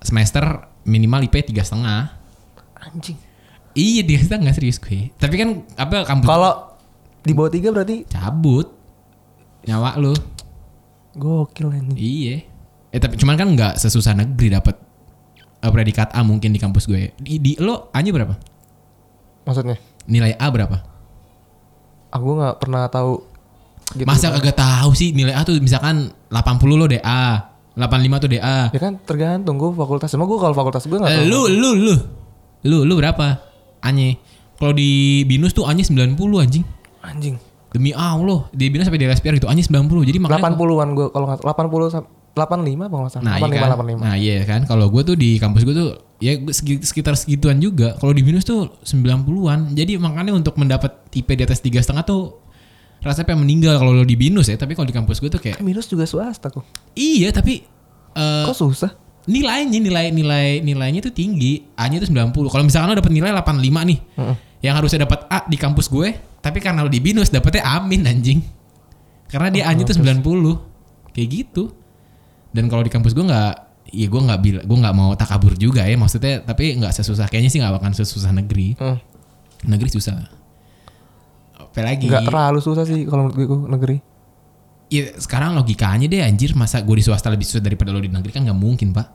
semester minimal I P tiga setengah. Anjing. Iya tiga setengah serius gue. Tapi kan apa kampus? Kalau di bawah tiga berarti cabut nyawa lu. Gokil anjing. Iya. Eh tapi cuman kan nggak sesusah negeri dapat uh, predikat A mungkin di kampus gue. Di, di lo A-nya berapa? Maksudnya? Nilai A berapa? Aku nggak pernah tahu. Gitu Masa kan. kagak tahu sih nilai A tuh misalkan delapan puluh lo D A, delapan puluh lima tuh D A. Ya kan tergantung gue fakultas. Emang gue kalau fakultas gue nggak tahu. Eh, lu lu lu lu lu berapa? A-nya. Kalau di Binus tuh A-nya sembilan puluh anjing. Anjing. Demi Allah, di Binus sampai di R S P R gitu A-nya sembilan puluh. Jadi makanya delapan puluhan gue kalau nggak delapan puluh delapan puluh lima apa nggak salah. Nah, delapan puluh lima, iya kan? delapan puluh lima. Nah iya kan, kalau gue tuh di kampus gue tuh ya sekitar segituan juga. Kalau di Binus tuh sembilan puluhan. Jadi makanya untuk mendapat I P di atas tiga setengah tuh rasanya pengen meninggal kalau lo di Binus ya. Tapi kalau di kampus gue tuh kayak Kan Binus juga swasta kok. iya tapi uh, Kok susah? nilainya nilai nilai nilainya tuh tinggi. A-nya tuh sembilan puluh. Kalau misalkan lo dapet nilai delapan puluh lima nih, Mm-mm. yang harusnya dapat A di kampus gue, tapi karena lo di Binus dapetnya amin anjing. Karena dia Oh, A-nya tuh sembilan puluh. Kayak gitu. Dan kalau di kampus gue nggak, ya gue nggak bilang, gue nggak mau takabur juga ya maksudnya, tapi nggak sesusah, kayaknya sih nggak akan sesusah negeri. Hmm. Negeri susah. Apa lagi? Nggak terlalu susah sih kalau menurut gue negeri. Ya sekarang logikanya deh anjir, masa gue di swasta lebih susah daripada lo di negeri kan nggak mungkin pak.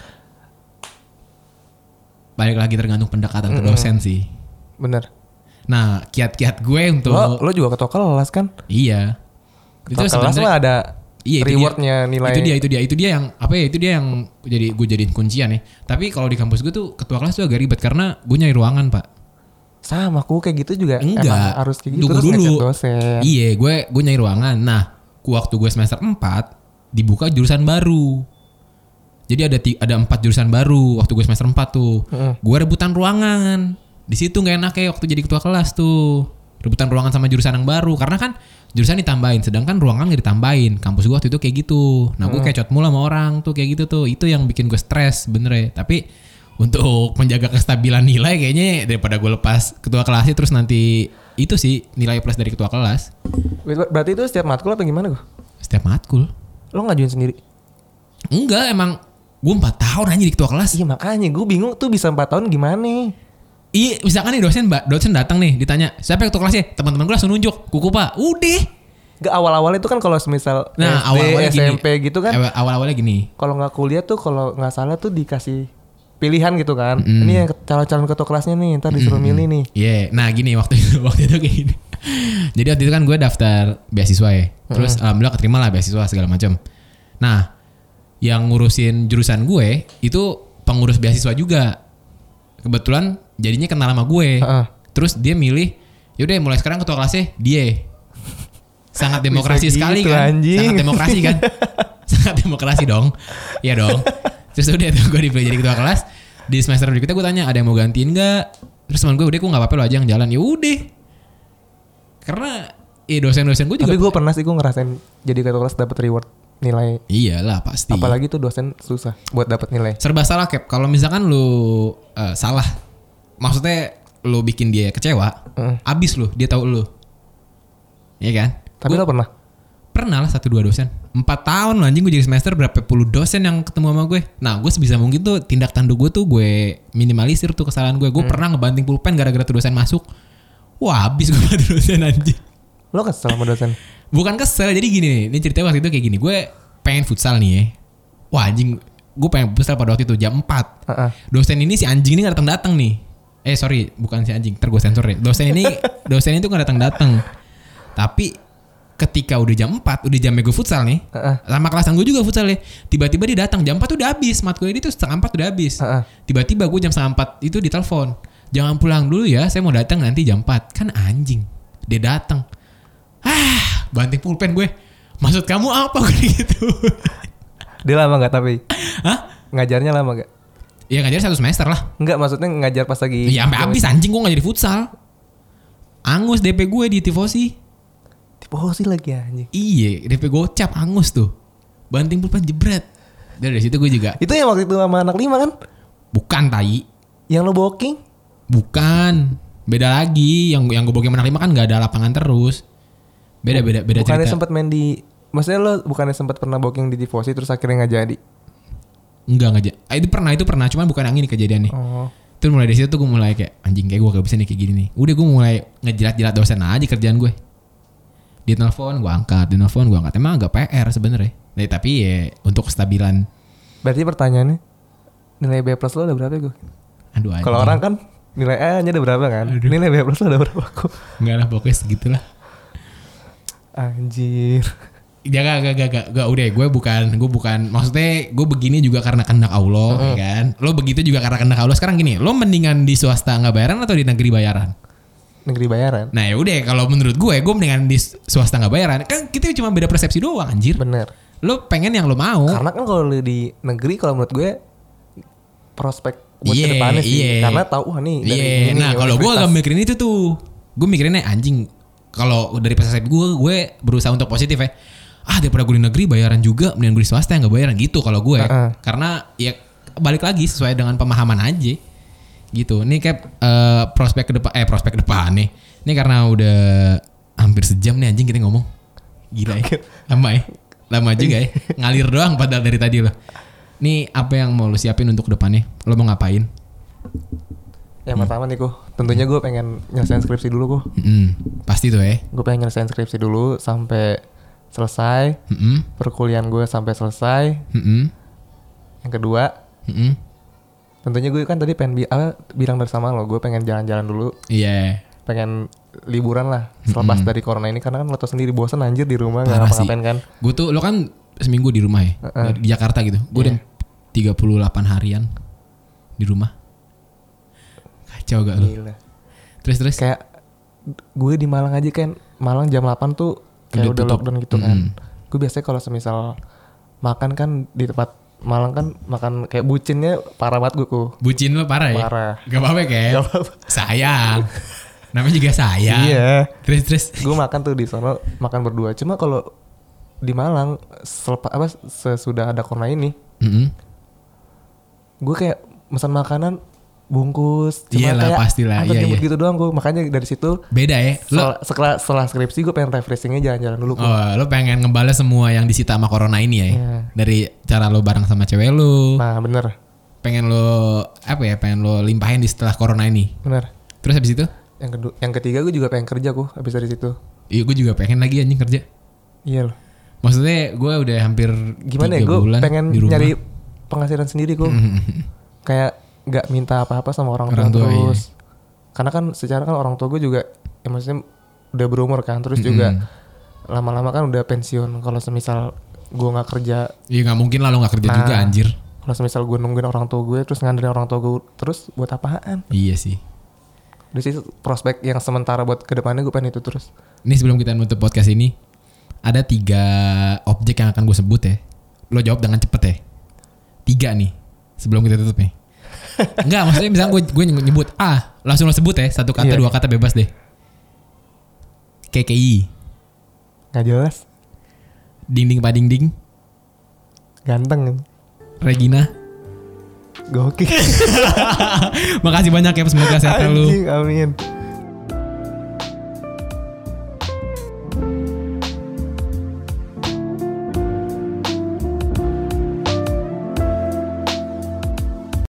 Balik lagi tergantung pendekatan ke dosen sih. Bener. Nah kiat-kiat gue untuk Lo, lo juga ketua kelas kan? iya. Ketua kelas mah ada iya, itu rewardnya dia, nilai. Itu dia, itu dia, itu dia yang apa ya? Itu dia yang jadi gue jadiin kuncian ya. Tapi kalau di kampus gue tuh ketua kelas tuh agak ribet karena gue nyari ruangan pak. Sama aku kayak gitu juga. Enggak. Emang harus kayak gitu. Tunggu Terus dulu. ngecek dosen. Iya, gue gue nyari ruangan. Nah, waktu gue semester empat dibuka jurusan baru. Jadi ada ti- ada empat jurusan baru waktu gue semester empat tuh. Mm. Gue rebutan ruangan. Di situ nggak enak ya waktu jadi ketua kelas tuh. Rebutan ruangan sama jurusan yang baru karena kan jurusan ditambahin sedangkan ruangan nggak ditambahin. Kampus gue waktu itu kayak gitu. Nah, gue kecot mulu sama orang tuh kayak gitu tuh. Itu yang bikin gue stres bener ya. Tapi untuk menjaga kestabilan nilai kayaknya daripada gue lepas ketua kelasnya terus nanti itu sih nilai plus dari ketua kelas. Berarti itu setiap matkul apa gimana gue? Setiap matkul. Lo ngajuin sendiri? Enggak, emang gue empat tahun aja di ketua kelas. Iya makanya gue bingung tuh bisa empat tahun gimana? Iya, misalkan nih dosen mbak, dosen datang nih ditanya siapa yang ketua kelasnya, teman-teman gue langsung nunjuk, kuku pak, udah. Gak awal-awal itu kan kalau semisal Nah, S D, awal-awalnya S M P gini. gitu kan? Awal- Awal-awalnya gini. Kalau nggak kuliah tuh kalau nggak salah tuh dikasih pilihan gitu kan? Mm. Ini yang calon-calon ketua kelasnya nih, ntar disuruh milih nih. Iya, yeah. Nah gini waktu itu waktu itu kayak gini. Jadi waktu itu kan gue daftar beasiswa ya, terus alhamdulillah keterima lah beasiswa segala macam. Nah, yang ngurusin jurusan gue itu pengurus beasiswa juga. Kebetulan jadinya kenal sama gue. Heeh. Terus dia milih, yaudah mulai sekarang ketua kelasnya dia. Sangat demokrasi Bisa sekali gitu, kan? anjing. Sangat demokrasi kan? Sangat demokrasi dong. Iya dong. Terus udah tuh gue dipilih jadi ketua kelas. Di semester berikutnya gue tanya ada yang mau gantiin nggak? Terus teman gue udah gue nggak apa-apa lo aja yang jalan. Ya udah. Karena ya dosen-dosen gue juga. Tapi gue pernah sih gue ngerasain jadi ketua kelas dapat reward nilai. Iyalah pasti. Apalagi tuh dosen susah buat dapat nilai. Serba salah Cap. Kalau misalkan lu uh, salah, maksudnya lu bikin dia kecewa, Mm. abis lu dia tahu lu. Iya kan? Tapi Gua lo pernah? pernah lah satu dua dosen. Empat tahun loh anjing gue jadi semester berapa puluh dosen yang ketemu sama gue. Nah gue sebisa mungkin tuh tindak tanduk gue tuh gue minimalisir tuh kesalahan gue. Gue Hmm. pernah ngebanting pulpen gara-gara tuh dosen masuk. Wah habis gue sama tuh dosen anjing. Lo kesel sama dosen? Bukan kesel, jadi gini nih, ini ceritanya waktu itu kayak gini. Gue pengen futsal nih ya. Wah anjing, gue pengen futsal pada waktu itu jam empat. Heeh. Dosen ini si anjing ini gak datang-datang nih. Eh sorry, bukan si anjing, ntar gue sensor deh. Dosen ini, dosen ini tuh gak datang-datang. Tapi ketika udah jam empat, udah jamnya gue futsal nih. Heeh. Sama kelasan gue juga futsal ya. Tiba-tiba dia datang, jam empat udah habis. Matkul ini tuh setengah empat udah habis. Heeh. Tiba-tiba gue jam setengah empat itu ditelepon. Jangan pulang dulu ya, saya mau datang nanti jam empat. Kan anjing, dia datang. Ah, banting pulpen gue. Maksud kamu apa gue gitu? Dia lama gak tapi? Hah? Ngajarnya lama gak? Ya ngajar satu semester lah. Enggak, maksudnya ngajar pas lagi. Ya sampai habis anjing gue gak jadi futsal. Angus D P gue di tifosi. Tifosi lagi anjing. Iya, D P gocap angus tuh. Banting pulpen jebret. Dari situ gue juga. Itu yang waktu itu sama anak lima kan? Bukan tai. Yang lo booking? Bukan. Beda lagi. Yang yang gue bagi menang lima kan gak ada lapangan terus. Beda beda beda Bukannya cerita. sempat main di, maksudnya lo bukannya sempat pernah booking di Tifosi terus akhirnya nggak jadi? Enggak enggak. Ah, itu pernah itu pernah cuman bukan yang ini kejadiannya. Oh. Terus mulai dari situ tuh gue mulai kayak anjing kayak gue gak bisa nih kayak gini nih. Udah gue mulai ngejilat-jilat dosen aja kerjaan gue. Dia telepon gue angkat, dia telepon gue angkat. Emang agak P R sebenarnya. Nah, tapi ya untuk kestabilan. Berarti pertanyaannya nilai B plus lo ada berapa gue? Aduh anjing. Kalau orang kan nilai A nya ada berapa kan? Aduh. Nilai B plus lo ada berapa kok? Enggak lah pokoknya segitulah. Anjir. Ya gak, gak, gak, gak, gak, udah gue bukan, gue bukan, maksudnya gue begini juga karena kehendak Allah, uh-huh. kan? Lo begitu juga karena kehendak Allah. Sekarang gini, lo mendingan di swasta nggak bayaran atau di negeri bayaran? Negeri bayaran. Nah ya udah, kalau menurut gue, gue mendingan di swasta nggak bayaran. Kan kita cuma beda persepsi doang, anjir. Bener. Lo pengen yang lo mau. Karena kan kalau di negeri, kalau menurut gue prospek buat yeah, kedepannya sih. Yeah. Karena tahu wah nih dari yeah. ini. Nah kalau gue agak mikirin itu tuh, gue mikirinnya anjing. Kalau dari persepsi gue, gue berusaha untuk positif ya. Ah daripada gue di negeri bayaran juga, mending gue di swasta yang gak bayaran gitu kalau gue. Uh-uh. Karena ya balik lagi sesuai dengan pemahaman aja gitu. Ini kayak uh, prospek ke depan, eh prospek ke depan nih. Ini karena udah hampir sejam nih anjing kita ngomong. Gila ya, lama ya, lama juga ya. Ngalir doang padahal dari tadi lo. Nih apa yang mau lo siapin untuk ke depannya? Lo mau ngapain? Yang hmm. pertama nih Ko, tentunya gue pengen nyelesain skripsi dulu Ko. Hmm, pasti tuh ya. Gue pengen nyelesain skripsi dulu sampai selesai, mm-hmm. perkuliahan gue sampai selesai. Mm-hmm. Yang kedua, mm-hmm. tentunya gue kan tadi pengen bi- apa, bilang bersama lo, gue pengen jalan-jalan dulu. Iya. Yeah. Pengen liburan lah, selepas mm-hmm. dari corona ini karena kan lo tau sendiri bosan anjir di rumah nggak ngapa-ngapain kan. Gue tuh lo kan seminggu di rumah ya, uh-uh. di Jakarta gitu. Gue yeah. udah tiga puluh delapan harian di rumah. Kacau gak lo? Gila. Terus terus. Kayak gue di Malang aja kan, Malang jam delapan tuh kayak udah, udah lockdown gitu kan. Mm. Gue biasanya kalau semisal makan kan di tempat Malang kan makan kayak bucinnya parah banget gue ku. Bucin lo parah ya? Parah. Gak apa-apa kayak? Gak apa-apa. Sayang. Namanya juga sayang. Iya. Terus terus. Gue makan tuh di sana makan berdua. Cuma kalau di Malang selepas apa sesudah ada corona ini, mm-hmm. gue kayak pesan makanan bungkus, cuma iyalah, kayak pastilah, iya, iya, gitu doang gue. Makanya dari situ beda ya. Lo setelah, setelah skripsi gue pengen refreshingnya jalan-jalan dulu. Gua. Oh, lo pengen ngebales semua yang disita sama corona ini ya? Yeah. Dari cara lo bareng sama cewek lo. Nah bener. Pengen lo apa ya? Pengen lo limpahin di setelah corona ini. Bener. Terus habis itu? Yang kedua, yang ketiga gue juga pengen kerja kok. Habis dari situ. Iya, gue juga pengen lagi anjing kerja. Iya loh. Maksudnya gue udah hampir gimana ya? Gue pengen nyari penghasilan sendiri kok. Kayak nggak minta apa-apa sama orang, orang tua terus iya. Karena kan secara kan orang tua gue juga ya maksudnya udah berumur kan, terus mm-hmm. juga lama-lama kan udah pensiun. Kalau semisal gue nggak kerja, iya nggak mungkin lah lo nggak kerja nah, juga anjir. Kalau semisal gue nungguin orang tua gue terus ngandelin orang tua gue terus buat apaan? Iya sih. Di situ prospek yang sementara buat kedepannya gue pengen itu terus. Ini sebelum kita nutup podcast ini ada tiga objek yang akan gue sebut ya. Lo jawab dengan cepet ya. Tiga nih sebelum kita tutup nih. Enggak, maksudnya misalnya gue gue nyebut A, langsung lo sebut ya, satu kata, iya, dua kata bebas deh. K K I. Nggak jelas. Ding ding pa ding ding. Ganteng. Regina. Gokil. Makasih banyak ya, semoga sehat lu. Amin.